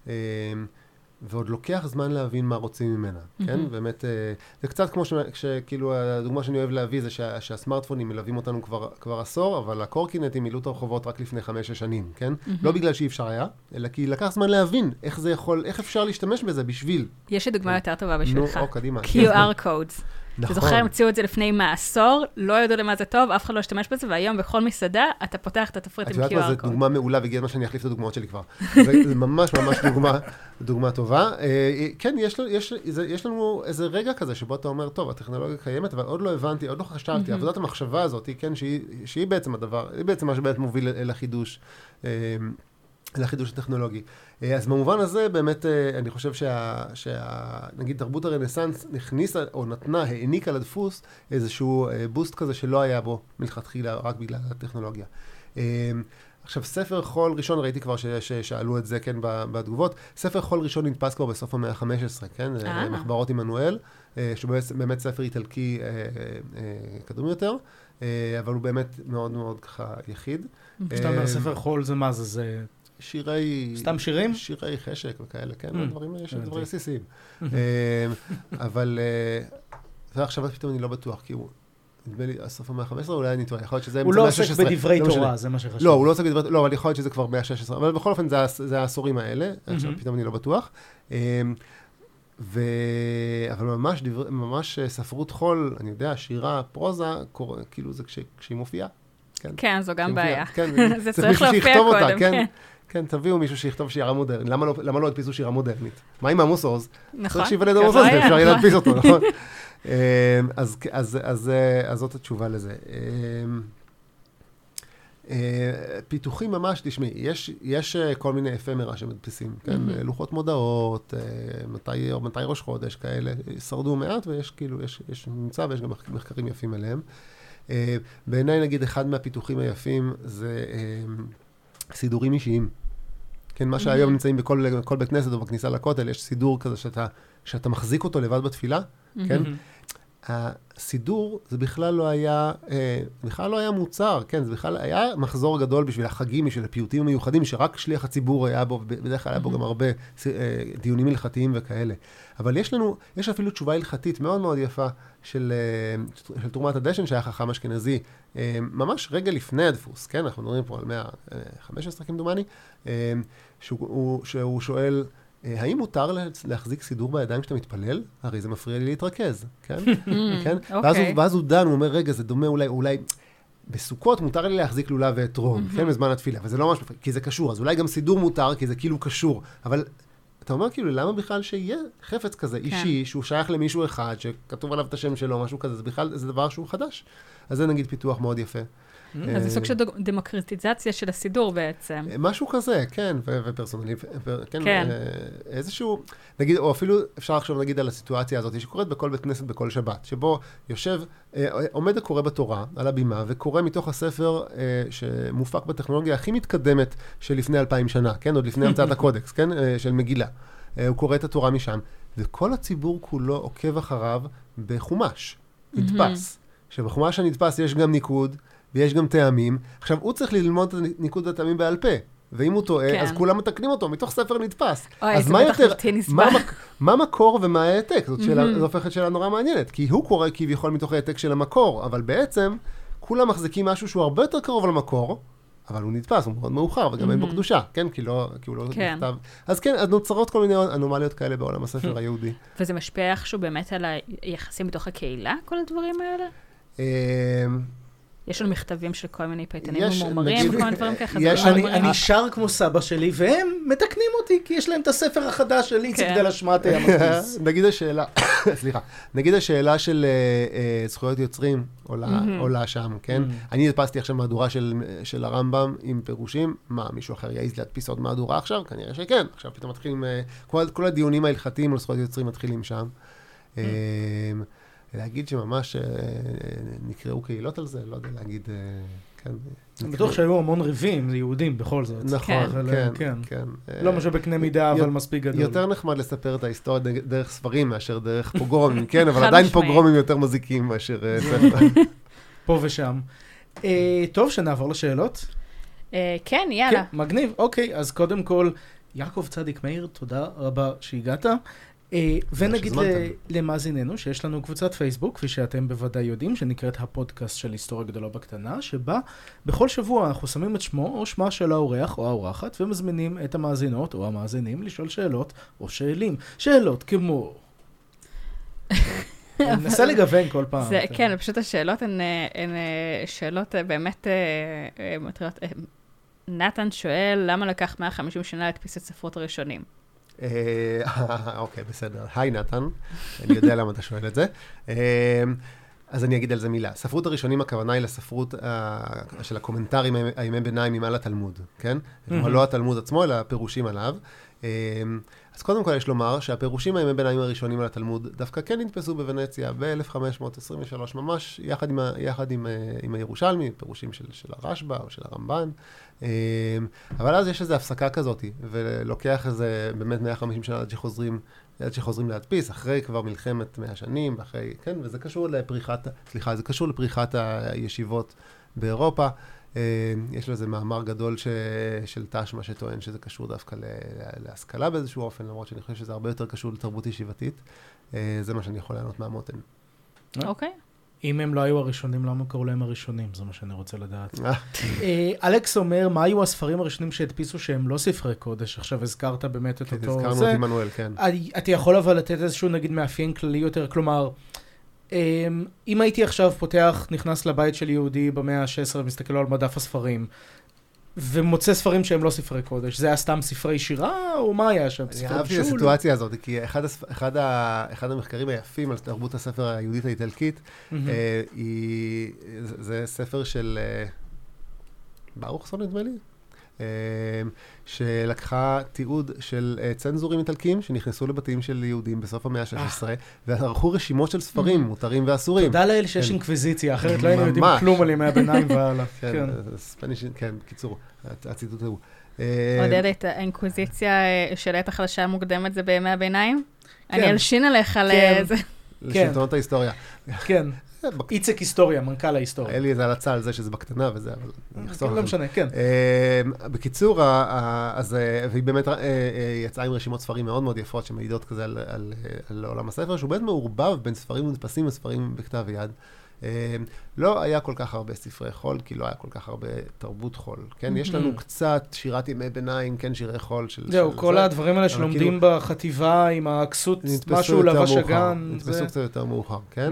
ועוד לוקח זמן להבין מה רוצים ממנה, כן? באמת, זה קצת כמו שכאילו, הדוגמה שאני אוהב להביא זה שהסמארטפונים מלווים אותנו כבר עשור, אבל הקורקינטים מילאו את הרחובות רק לפני חמש-שש שנים, כן? לא בגלל שאי אפשר היה, אלא כי לקח זמן להבין איך זה יכול, איך אפשר להשתמש בזה בשביל. יש לי דוגמה יותר טובה בשבילך. נו, או, קדימה. קיו אר codes. אתה זוכר, הם הציעו את זה לפני מעשור, לא ידעו למה זה טוב, אף אחד לא השתמש בזה, והיום בכל מסעדה אתה פותח את התפריט עם קיו אר קוד. את יודעת מה, זו דוגמה מעולה, והגיע מה שאני אחליף את הדוגמאות שלי כבר. זה ממש ממש דוגמה, דוגמה טובה. כן, יש, יש, יש לנו איזה רגע כזה, שבו אתה אומר, טוב, הטכנולוגיה קיימת, אבל עוד לא הבנתי, עוד לא חשבתי, עבודת המחשבה הזאת, כן, שהיא, שהיא בעצם הדבר, היא בעצם מה שבאמת מוביל אל החידוש. לחידוש הטכנולוגי. אז במובן הזה, באמת, אני חושב שה, שה, נגיד, תרבות הרנסנס נכניסה, או נתנה, העניקה לדפוס איזשהו בוסט כזה שלא היה בו מלכתחילה, רק בגלל הטכנולוגיה. עכשיו, ספר חול ראשון, ראיתי כבר ששאלו את זה, כן, בתגובות, ספר חול ראשון נתפס כבר בסוף המאה ה-חמש עשרה, כן? מחברות עמנואל, שבאמת ספר איטלקי קדום יותר, אבל הוא באמת מאוד מאוד ככה יחיד. כשאתה אומר ספר חול זה מה זה? זה... שירי... סתם שירים? שירי חשק וכאלה, כן, דברים דברים עסיסיים. אבל עכשיו פתאום אני לא בטוח, כי הוא, נדמה לי, הסוף המאה ה-חמש עשרה, אולי אני טועה, יכול להיות שזה... הוא לא עוסק בדברי תורה, זה מה שחשוב. לא, הוא לא עוסק בדברי תורה, לא, אבל יכול להיות שזה כבר מאה ה-שש עשרה, אבל בכל אופן זה העשורים האלה, עכשיו פתאום אני לא בטוח. ו... אבל ממש, דבר... ממש ספרות חול, אני יודע, שירה, פרוזה, קורא, כאילו זה כש... כשהיא מופיעה. כן, כן, זו גם בעיה. כן, זה צריך להופיע קודם, אותה, כן. כן. כן, תביאו מישהו שיכתוב שירה מודרנית. למה לא, למה לא הדפיסו שירה מודרנית? מה עם עמוס עוז? נכון. צריך שיוולד עמוס עוז, ואפשר יהיה להדפיס אותו, נכון? אז, אז, אז, אז זאת התשובה לזה. פיתוחים ממש, תשמעי, יש, יש כל מיני אפמרה שמדפיסים, כן? לוחות מודעות, מתי, מתי ראש חודש, כאלה, שרדו מעט, ויש כאילו, יש, יש נמצא, ויש גם מחקרים יפים עליהם. בעיניי, נגיד, אחד מהפיתוחים היפים זה סידורים אישיים. כן, מה שהיום נמצאים בכל, בכל בית כנסת או בכניסה לכותל, יש סידור כזה שאתה, שאתה מחזיק אותו לבד בתפילה, כן? הסידור זה בכלל לא היה, בכלל לא היה מוצר, כן? זה בכלל היה מחזור גדול בשביל החגים, בשביל הפיוטים המיוחדים, שרק שליח הציבור היה בו, בדרך כלל היה בו גם הרבה דיונים הלכתיים וכאלה. אבל יש לנו, יש אפילו תשובה הלכתית מאוד מאוד יפה של, של תרומת הדשן, שהיה חכם אשכנזי, ממש רגע לפני הדפוס, כן? אנחנו מדברים פה על מאה וחמש עשרה כמדומני, שהוא, שהוא שואל, האם מותר להחזיק סידור בידיים כשאתה מתפלל? הרי זה מפריע לי להתרכז, כן? כן? ואז הוא, ואז הוא דן, הוא אומר, רגע, זה דומה אולי, אולי, בסוכות מותר לי להחזיק לולב ואתרוג, כן? בזמן התפילה, וזה לא ממש, כי זה קשור, אז אולי גם סידור מותר, כי זה כאילו קשור, אבל אתה אומר כאילו, למה בכלל שיהיה חפץ כזה אישי, שהוא שייך למישהו אחד, שכתוב עליו את השם שלו, משהו כזה, זה בכלל, זה דבר שהוא חדש. אז זה נגיד פיתוח מאוד יפה. אז זה סוג של דמוקרטיזציה של הסידור בעצם. משהו כזה, כן, ופרסונלי, כן, איזשהו, נגיד, או אפילו אפשר לחשוב נגיד על הסיטואציה הזאת, שקורית בכל בית כנסת בכל שבת, שבו יושב, עומד הקורא בתורה על הבימה, וקורא מתוך הספר שמופק בטכנולוגיה הכי מתקדמת של לפני אלפיים שנה, כן, עוד לפני המצאת הקודקס, כן, של מגילה. הוא קורא את התורה משם, וכל הציבור כולו עוקב אחריו בחומש, נתפס. שבחומש הנתפס יש גם ניקוד, ויש גם טעמים. עכשיו, הוא צריך ללמוד את הניקוד והטעמים בעל פה, ואם הוא טועה, כן. אז כולם מתקנים אותו, מתוך ספר נתפס. אוי, אז מה יותר, מה, מה מקור ומה העתק? זאת שאלה, זו הופכת שאלה נורא מעניינת, כי הוא קורא כביכול מתוך העתק של המקור, אבל בעצם, כולם מחזיקים משהו שהוא הרבה יותר קרוב למקור, אבל הוא נתפס, הוא מאוד מאוחר, וגם אין בו קדושה, כן? כי לא, כי הוא לא נכתב. אז כן, אז נוצרות כל מיני אנומליות כאלה בעולם הספר היהודי. וזה משפיע איכשהו באמת על היחסים בתוך הקהילה, כל הדברים האלה? יש לנו מכתבים של כל מיני פייטנים ומומרים, כל מיני דברים ככה. אני שר כמו סבא שלי, והם מתקנים אותי, כי יש להם את הספר החדש של איציק דל השמעתי המכניס. נגיד השאלה, סליחה, נגיד השאלה של זכויות יוצרים עולה שם, כן? אני הדפסתי עכשיו מהדורה של הרמב"ם עם פירושים, מה, מישהו אחר יעז להדפיס עוד מהדורה עכשיו? כנראה שכן. עכשיו פתאום מתחילים, כל הדיונים ההלכתיים על זכויות יוצרים מתחילים שם. להגיד שממש נקראו קהילות על זה, לא יודע להגיד, כן. אני בטוח שהיו המון ריבים, זה יהודים בכל זאת. נכון, כן, כן. לא משהו בקנה מידה, אבל מספיק גדול. יותר נחמד לספר את ההיסטוריה דרך ספרים מאשר דרך פוגרומים, כן, אבל עדיין פוגרומים יותר מזיקים מאשר ספר. פה ושם. טוב, שנעבור לשאלות. כן, יאללה. מגניב, אוקיי, אז קודם כל, יעקב צדיק מאיר, תודה רבה שהגעת. ונגיד למאזיננו שיש לנו קבוצת פייסבוק, כפי שאתם בוודאי יודעים, שנקראת הפודקאסט של היסטוריה גדולה בקטנה, שבה בכל שבוע אנחנו שמים את שמו או שמה של האורח או האורחת, ומזמינים את המאזינות או המאזינים לשאול שאלות או שאלים. שאלות כמו... ננסה לגוון כל פעם. כן, פשוט השאלות הן שאלות באמת מטריות. נתן שואל, למה לקח מאה וחמישים שנה להדפיס את ספרות הראשונים? אוקיי, בסדר. היי נתן, אני יודע למה אתה שואל את זה. אז אני אגיד על זה מילה. ספרות הראשונים, הכוונה היא לספרות של הקומנטרים הימי ביניים ממעל התלמוד, כן? אבל לא התלמוד עצמו, אלא הפירושים עליו. אז קודם כל יש לומר שהפירושים הימי ביניים הראשונים על התלמוד דווקא כן נתפסו בוונציה ב-אלף חמש מאות עשרים ושלוש, ממש יחד עם, יחד עם, עם הירושלמי, פירושים של, של הרשב"א או של הרמב"ן. אבל אז יש איזו הפסקה כזאת, ולוקח איזה באמת מאה וחמישים שנה עד שחוזרים, עד שחוזרים להדפיס, אחרי כבר מלחמת מאה שנים, אחרי, כן, וזה קשור לפריחת, סליחה, זה קשור לפריחת הישיבות באירופה. יש לזה מאמר גדול ש... של תשמע שטוען שזה קשור דווקא ל... להשכלה באיזשהו אופן, למרות שאני חושב שזה הרבה יותר קשור לתרבות ישיבתית. זה מה שאני יכול לענות מהמותן. אוקיי. אם הם לא היו הראשונים, למה קראו להם הראשונים? זה מה שאני רוצה לדעת. אלכס אומר, מה היו הספרים הראשונים שהדפיסו שהם לא ספרי קודש? עכשיו הזכרת באמת את אותו... הזכרנו את עמנואל, כן. אתה יכול אבל לתת איזשהו, נגיד, מאפיין כללי יותר, כלומר, אם הייתי עכשיו פותח, נכנס לבית של יהודי במאה ה-שש עשרה ומסתכל על מדף הספרים, ומוצא ספרים שהם לא ספרי קודש, זה היה סתם ספרי שירה, או מה היה שם? אני אהבתי את הסיטואציה הזאת, כי אחד, אחד, אחד המחקרים היפים על תרבות הספר היהודית האיטלקית, mm-hmm. אה, היא, זה, זה ספר של אה, ברוכסון, נדמה לי, אה, שלקחה תיעוד של אה, צנזורים איטלקים, שנכנסו לבתים של יהודים בסוף המאה ה-שש עשרה, וערכו רשימות של ספרים, mm-hmm. מותרים ואסורים. תודה לאל שיש אינקוויזיציה, אחרת לא היינו יודעים כלום על ימי הביניים והלאה. כן, ספניש, כן, בקיצור. הציטוט הוא. עודד, את האינקוויזיציה של העת החדשה המוקדמת זה בימי הביניים? אני אלשין עליך לאיזה... לשלטונות ההיסטוריה. כן. איצק היסטוריה, מנכ"ל ההיסטוריה. אלי זה על הצע על זה שזה בקטנה וזה, אבל אני אחסוך. לא משנה, כן. בקיצור, אז והיא באמת יצאה עם רשימות ספרים מאוד מאוד יפות שמעידות כזה על עולם הספר, שהוא באמת מעורבב בין ספרים מודפסים וספרים בכתב יד. לא היה כל כך הרבה ספרי חול, כי לא היה כל כך הרבה תרבות חול, כן? יש לנו קצת שירת ימי ביניים, כן, שירי חול של... זהו, כל הדברים האלה שלומדים בחטיבה עם הכסות, משהו לבש הגן. נתפסו קצת יותר מאוחר, כן?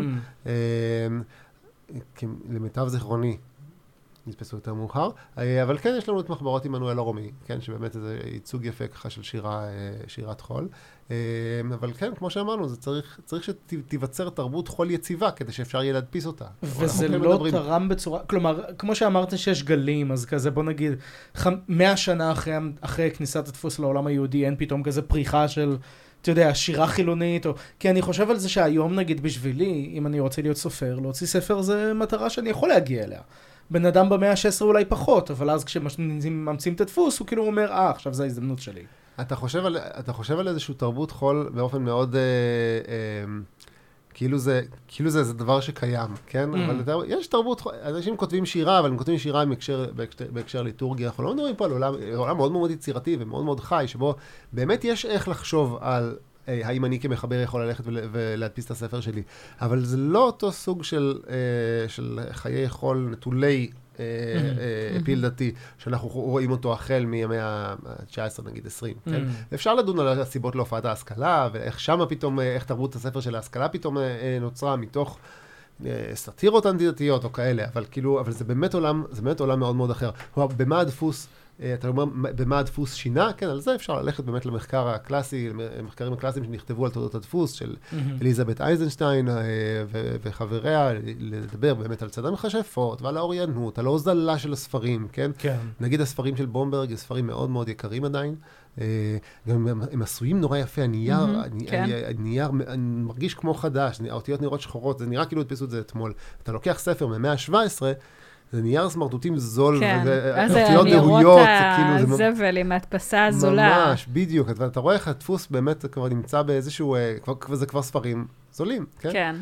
למיטב זיכרוני, נתפסו יותר מאוחר, אבל כן, יש לנו את מחברות עמנואל הרומי, כן, שבאמת זה ייצוג יפה ככה של שירת חול. אבל כן, כמו שאמרנו, זה צריך, צריך שתיווצר תרבות חול יציבה, כדי שאפשר יהיה להדפיס אותה. וזה לא מדברים... תרם בצורה, כלומר, כמו שאמרת שיש גלים, אז כזה, בוא נגיד, מאה שנה אחרי, אחרי כניסת הדפוס לעולם היהודי, אין פתאום כזה פריחה של, אתה יודע, שירה חילונית, או... כי אני חושב על זה שהיום, נגיד, בשבילי, אם אני רוצה להיות סופר, להוציא ספר זה מטרה שאני יכול להגיע אליה. בן אדם במאה ה-שש עשרה אולי פחות, אבל אז כשממצאים את הדפוס, הוא כאילו אומר, אה, עכשיו זו ההזדמנות שלי. אתה חושב על, אתה חושב על איזשהו תרבות חול באופן מאוד, אה, אה, כאילו זה, כאילו זה, זה דבר שקיים, כן? Mm. אבל אתה, יש תרבות חול, אנשים כותבים שירה, אבל הם כותבים שירה בהקשר, בהקשר, בהקשר ליטורגיה. אנחנו לא מדברים פה על עולם, עולם מאוד מאוד יצירתי ומאוד מאוד חי, שבו באמת יש איך לחשוב על אה, האם אני כמחבר יכול ללכת ול, ולהדפיס את הספר שלי. אבל זה לא אותו סוג של, אה, של חיי חול נטולי, אפיל דתי, שאנחנו רואים אותו החל מימי ה-תשע עשרה, נגיד עשרים, כן? אפשר לדון על הסיבות להופעת ההשכלה, ואיך שמה פתאום, איך תרבות הספר של ההשכלה פתאום נוצרה, מתוך סאטירות אנטי-דתיות או כאלה, אבל כאילו, אבל זה באמת עולם, זה באמת עולם מאוד מאוד אחר. במה הדפוס, אתה אומר, במה הדפוס שינה? כן, על זה אפשר ללכת באמת למחקר הקלאסי, למחקרים הקלאסיים שנכתבו על תולדות הדפוס, של אליזבת אייזנשטיין וחבריה, לדבר באמת על צד המכשפות ועל האוריינות, על ההוזלה של הספרים, כן? נגיד הספרים של בומברג, ספרים מאוד מאוד יקרים עדיין, גם הם עשויים נורא יפה, הנייר, הנייר מרגיש כמו חדש, האותיות נראות שחורות, זה נראה כאילו הדפיסו את זה אתמול. אתה לוקח ספר ממאה ה-שבע עשרה, זה נייר סמרטוטים זול, ואותיות דהויות, כאילו... זה זבל עם ההדפסה הזולה. ממש, בדיוק, ואתה רואה איך הדפוס באמת כבר נמצא באיזשהו, זה כבר ספרים זולים, כן? כן.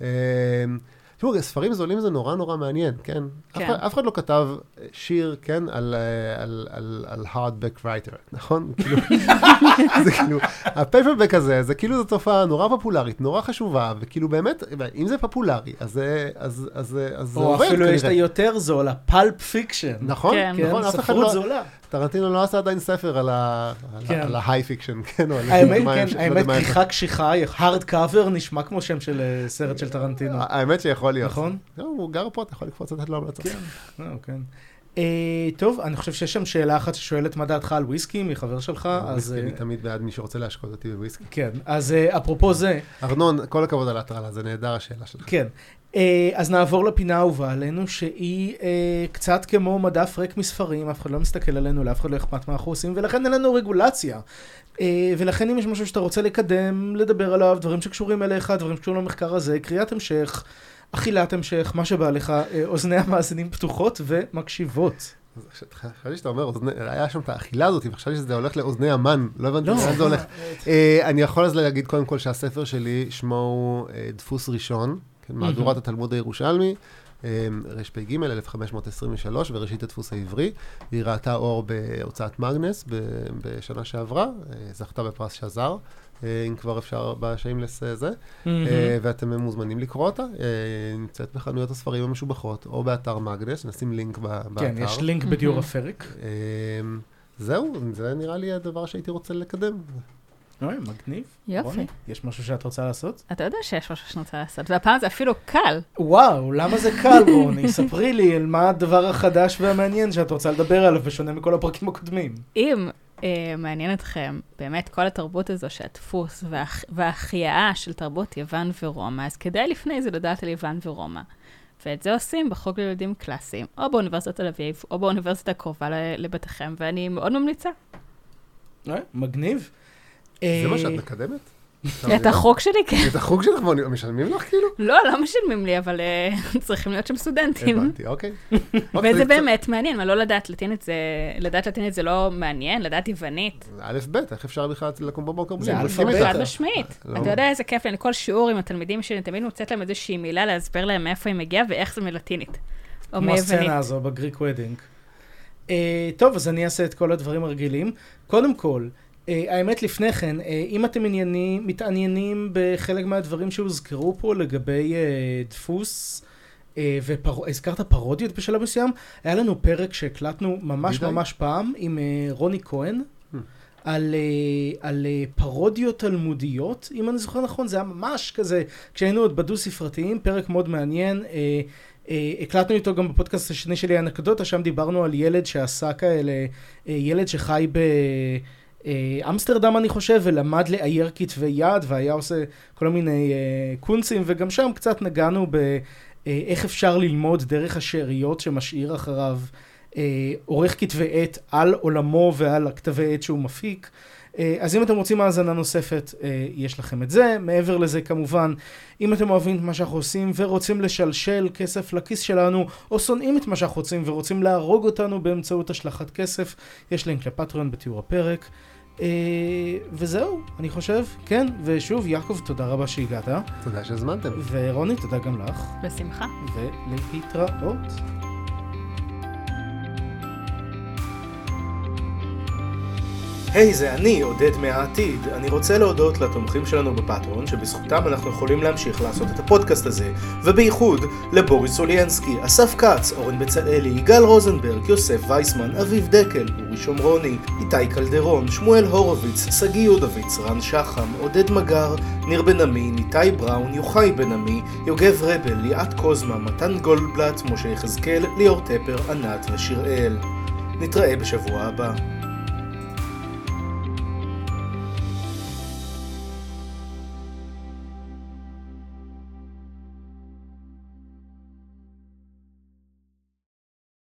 תראו, ספרים זולים זה נורא נורא מעניין, כן? אף אחד לא כתב שיר, כן, על hardback writer, נכון? זה כאילו, הפייפרבק הזה, זה כאילו זו תופעה נורא פופולרית, נורא חשובה, וכאילו באמת, אם זה פופולרי, אז זה עובד. או אפילו יש לה יותר זול, הפלפ פיקשן. נכון, נכון, ספרות זולה. טרנטינו לא עשה עדיין ספר על ההיי פיקשן, כן? האמת, כריכה קשיחה, hard cover, נשמע כמו שם של סרט של טרנטינו. האמת שיכול להיות. נכון? הוא גר פה, אתה יכול לקפוץ לתת לו המלצות. כן, כן. טוב, אני חושב שיש שם שאלה אחת ששואלת מה דעתך על וויסקי, מחבר שלך. וויסקי, אני תמיד בעד מי שרוצה להשקות אותי בוויסקי. כן, אז אפרופו זה... ארנון, כל הכבוד על ההטרלה, זה נהדר השאלה שלך. כן. אז נעבור לפינה האהובה עלינו, שהיא קצת כמו מדף ריק מספרים, אף אחד לא מסתכל עלינו, לאף אחד לא אכפת מה אנחנו עושים, ולכן אין לנו רגולציה. ולכן אם יש משהו שאתה רוצה לקדם, לדבר עליו, דברים שקשורים אליך, דברים שקשורים למחקר הזה, קריאת המשך, אכילת המשך, מה שבא לך, אוזני המאזינים פתוחות ומקשיבות. חשבתי שאתה אומר, היה שם את האכילה הזאת, וחשבתי שזה הולך לאוזני המן, לא הבנתי לאן זה הולך. אני יכול אז להגיד קודם כל שהספר שלי שמו הוא דפוס ראשון, מהדורת התלמוד הירושלמי, רפ"ג אלף חמש מאות עשרים ושלוש, וראשית הדפוס העברי. היא ראתה אור בהוצאת מגנס בשנה שעברה, זכתה בפרס שזר, אם כבר אפשר בשיימלס זה, ואתם מוזמנים לקרוא אותה, נמצאת בחנויות הספרים המשובחות, או באתר מגנס, נשים לינק באתר. כן, יש לינק בתיאור הפרק. זהו, זה נראה לי הדבר שהייתי רוצה לקדם. אוי, מגניב. יופי. יש משהו שאת רוצה לעשות? אתה יודע שיש משהו שאני רוצה לעשות, והפעם זה אפילו קל. וואו, למה זה קל, רוני? ספרי לי על מה הדבר החדש והמעניין שאת רוצה לדבר עליו, ושונה מכל הפרקים הקודמים. אם אה, מעניין אתכם, באמת כל התרבות הזו שהדפוס והח... והחייאה של תרבות יוון ורומא, אז כדאי לפני זה לדעת על יוון ורומא. ואת זה עושים בחוג לילדים קלאסיים, או באוניברסיטת תל אביב, או באוניברסיטה הקרובה לבתיכם, ואני מאוד ממליצה. מגניב. זה מה שאת מקדמת? את החוג שלי, כן. את החוג שלך, משלמים לך כאילו? לא, לא משלמים לי, אבל צריכים להיות שם סטודנטים. הבנתי, אוקיי. וזה באמת מעניין, מה לא לדעת לטינית זה, לדעת לטינית זה לא מעניין, לדעת יוונית. זה א' ב', איך אפשר בכלל לקום בבוקר בלי? זה א' ב'. חד משמעית. אתה יודע איזה כיף לי, אני כל שיעור עם התלמידים שלי, תמיד מוצאת להם איזושהי מילה להסבר להם מאיפה היא מגיעה ואיך זה מלטינית. כמו הסצנה הזו בגריק ודינג. טוב, אז אני אעשה את כל הדברים הרגילים. קודם כל, Uh, האמת לפני כן, uh, אם אתם עניינים, מתעניינים בחלק מהדברים שהוזכרו פה לגבי uh, דפוס, uh, והזכרת פרודיות בשלב מסוים, היה לנו פרק שהקלטנו ממש דידי? ממש פעם עם uh, רוני כהן, hmm. על, uh, על uh, פרודיות תלמודיות, אם אני זוכר נכון, זה היה ממש כזה, כשהיינו עוד בדו ספרתיים, פרק מאוד מעניין, uh, uh, הקלטנו איתו גם בפודקאסט השני שלי, אנקדוטה, שם דיברנו על ילד שעשה כאלה, uh, ילד שחי ב... אמסטרדם אני חושב, ולמד לאייר כתבי יד, והיה עושה כל מיני קונצים, וגם שם קצת נגענו באיך אפשר ללמוד דרך השאריות שמשאיר אחריו עורך כתבי עת על עולמו ועל הכתבי עת שהוא מפיק. אז אם אתם רוצים האזנה נוספת, יש לכם את זה. מעבר לזה כמובן, אם אתם אוהבים את מה שאנחנו עושים ורוצים לשלשל כסף לכיס שלנו, או שונאים את מה שאנחנו רוצים ורוצים להרוג אותנו באמצעות השלחת כסף, יש לינק לפטריון בתיאור הפרק. וזהו, אני חושב, כן, ושוב, יעקב, תודה רבה שהגעת. תודה שהזמנתם. ורוני, תודה גם לך. בשמחה. ולהתראות. היי, hey, זה אני, עודד מהעתיד. אני רוצה להודות לתומכים שלנו בפטרון, שבזכותם אנחנו יכולים להמשיך לעשות את הפודקאסט הזה, ובייחוד לבוריס אוליאנסקי, אסף קץ, אורן בצלאלי, יגאל רוזנברג, יוסף וייסמן, אביב דקל, אורי שומרוני, איתי קלדרון, שמואל הורוביץ, סגי יודוביץ, רן שחם, עודד מגר, ניר בן עמי, ניתי בראון, יוחאי בן עמי, יוגב רבל, ליאת קוזמה, מתן גולדבלט, משה יחזקאל, ליאור טפר, ענת ושיראל. נתראה בשבוע הבא.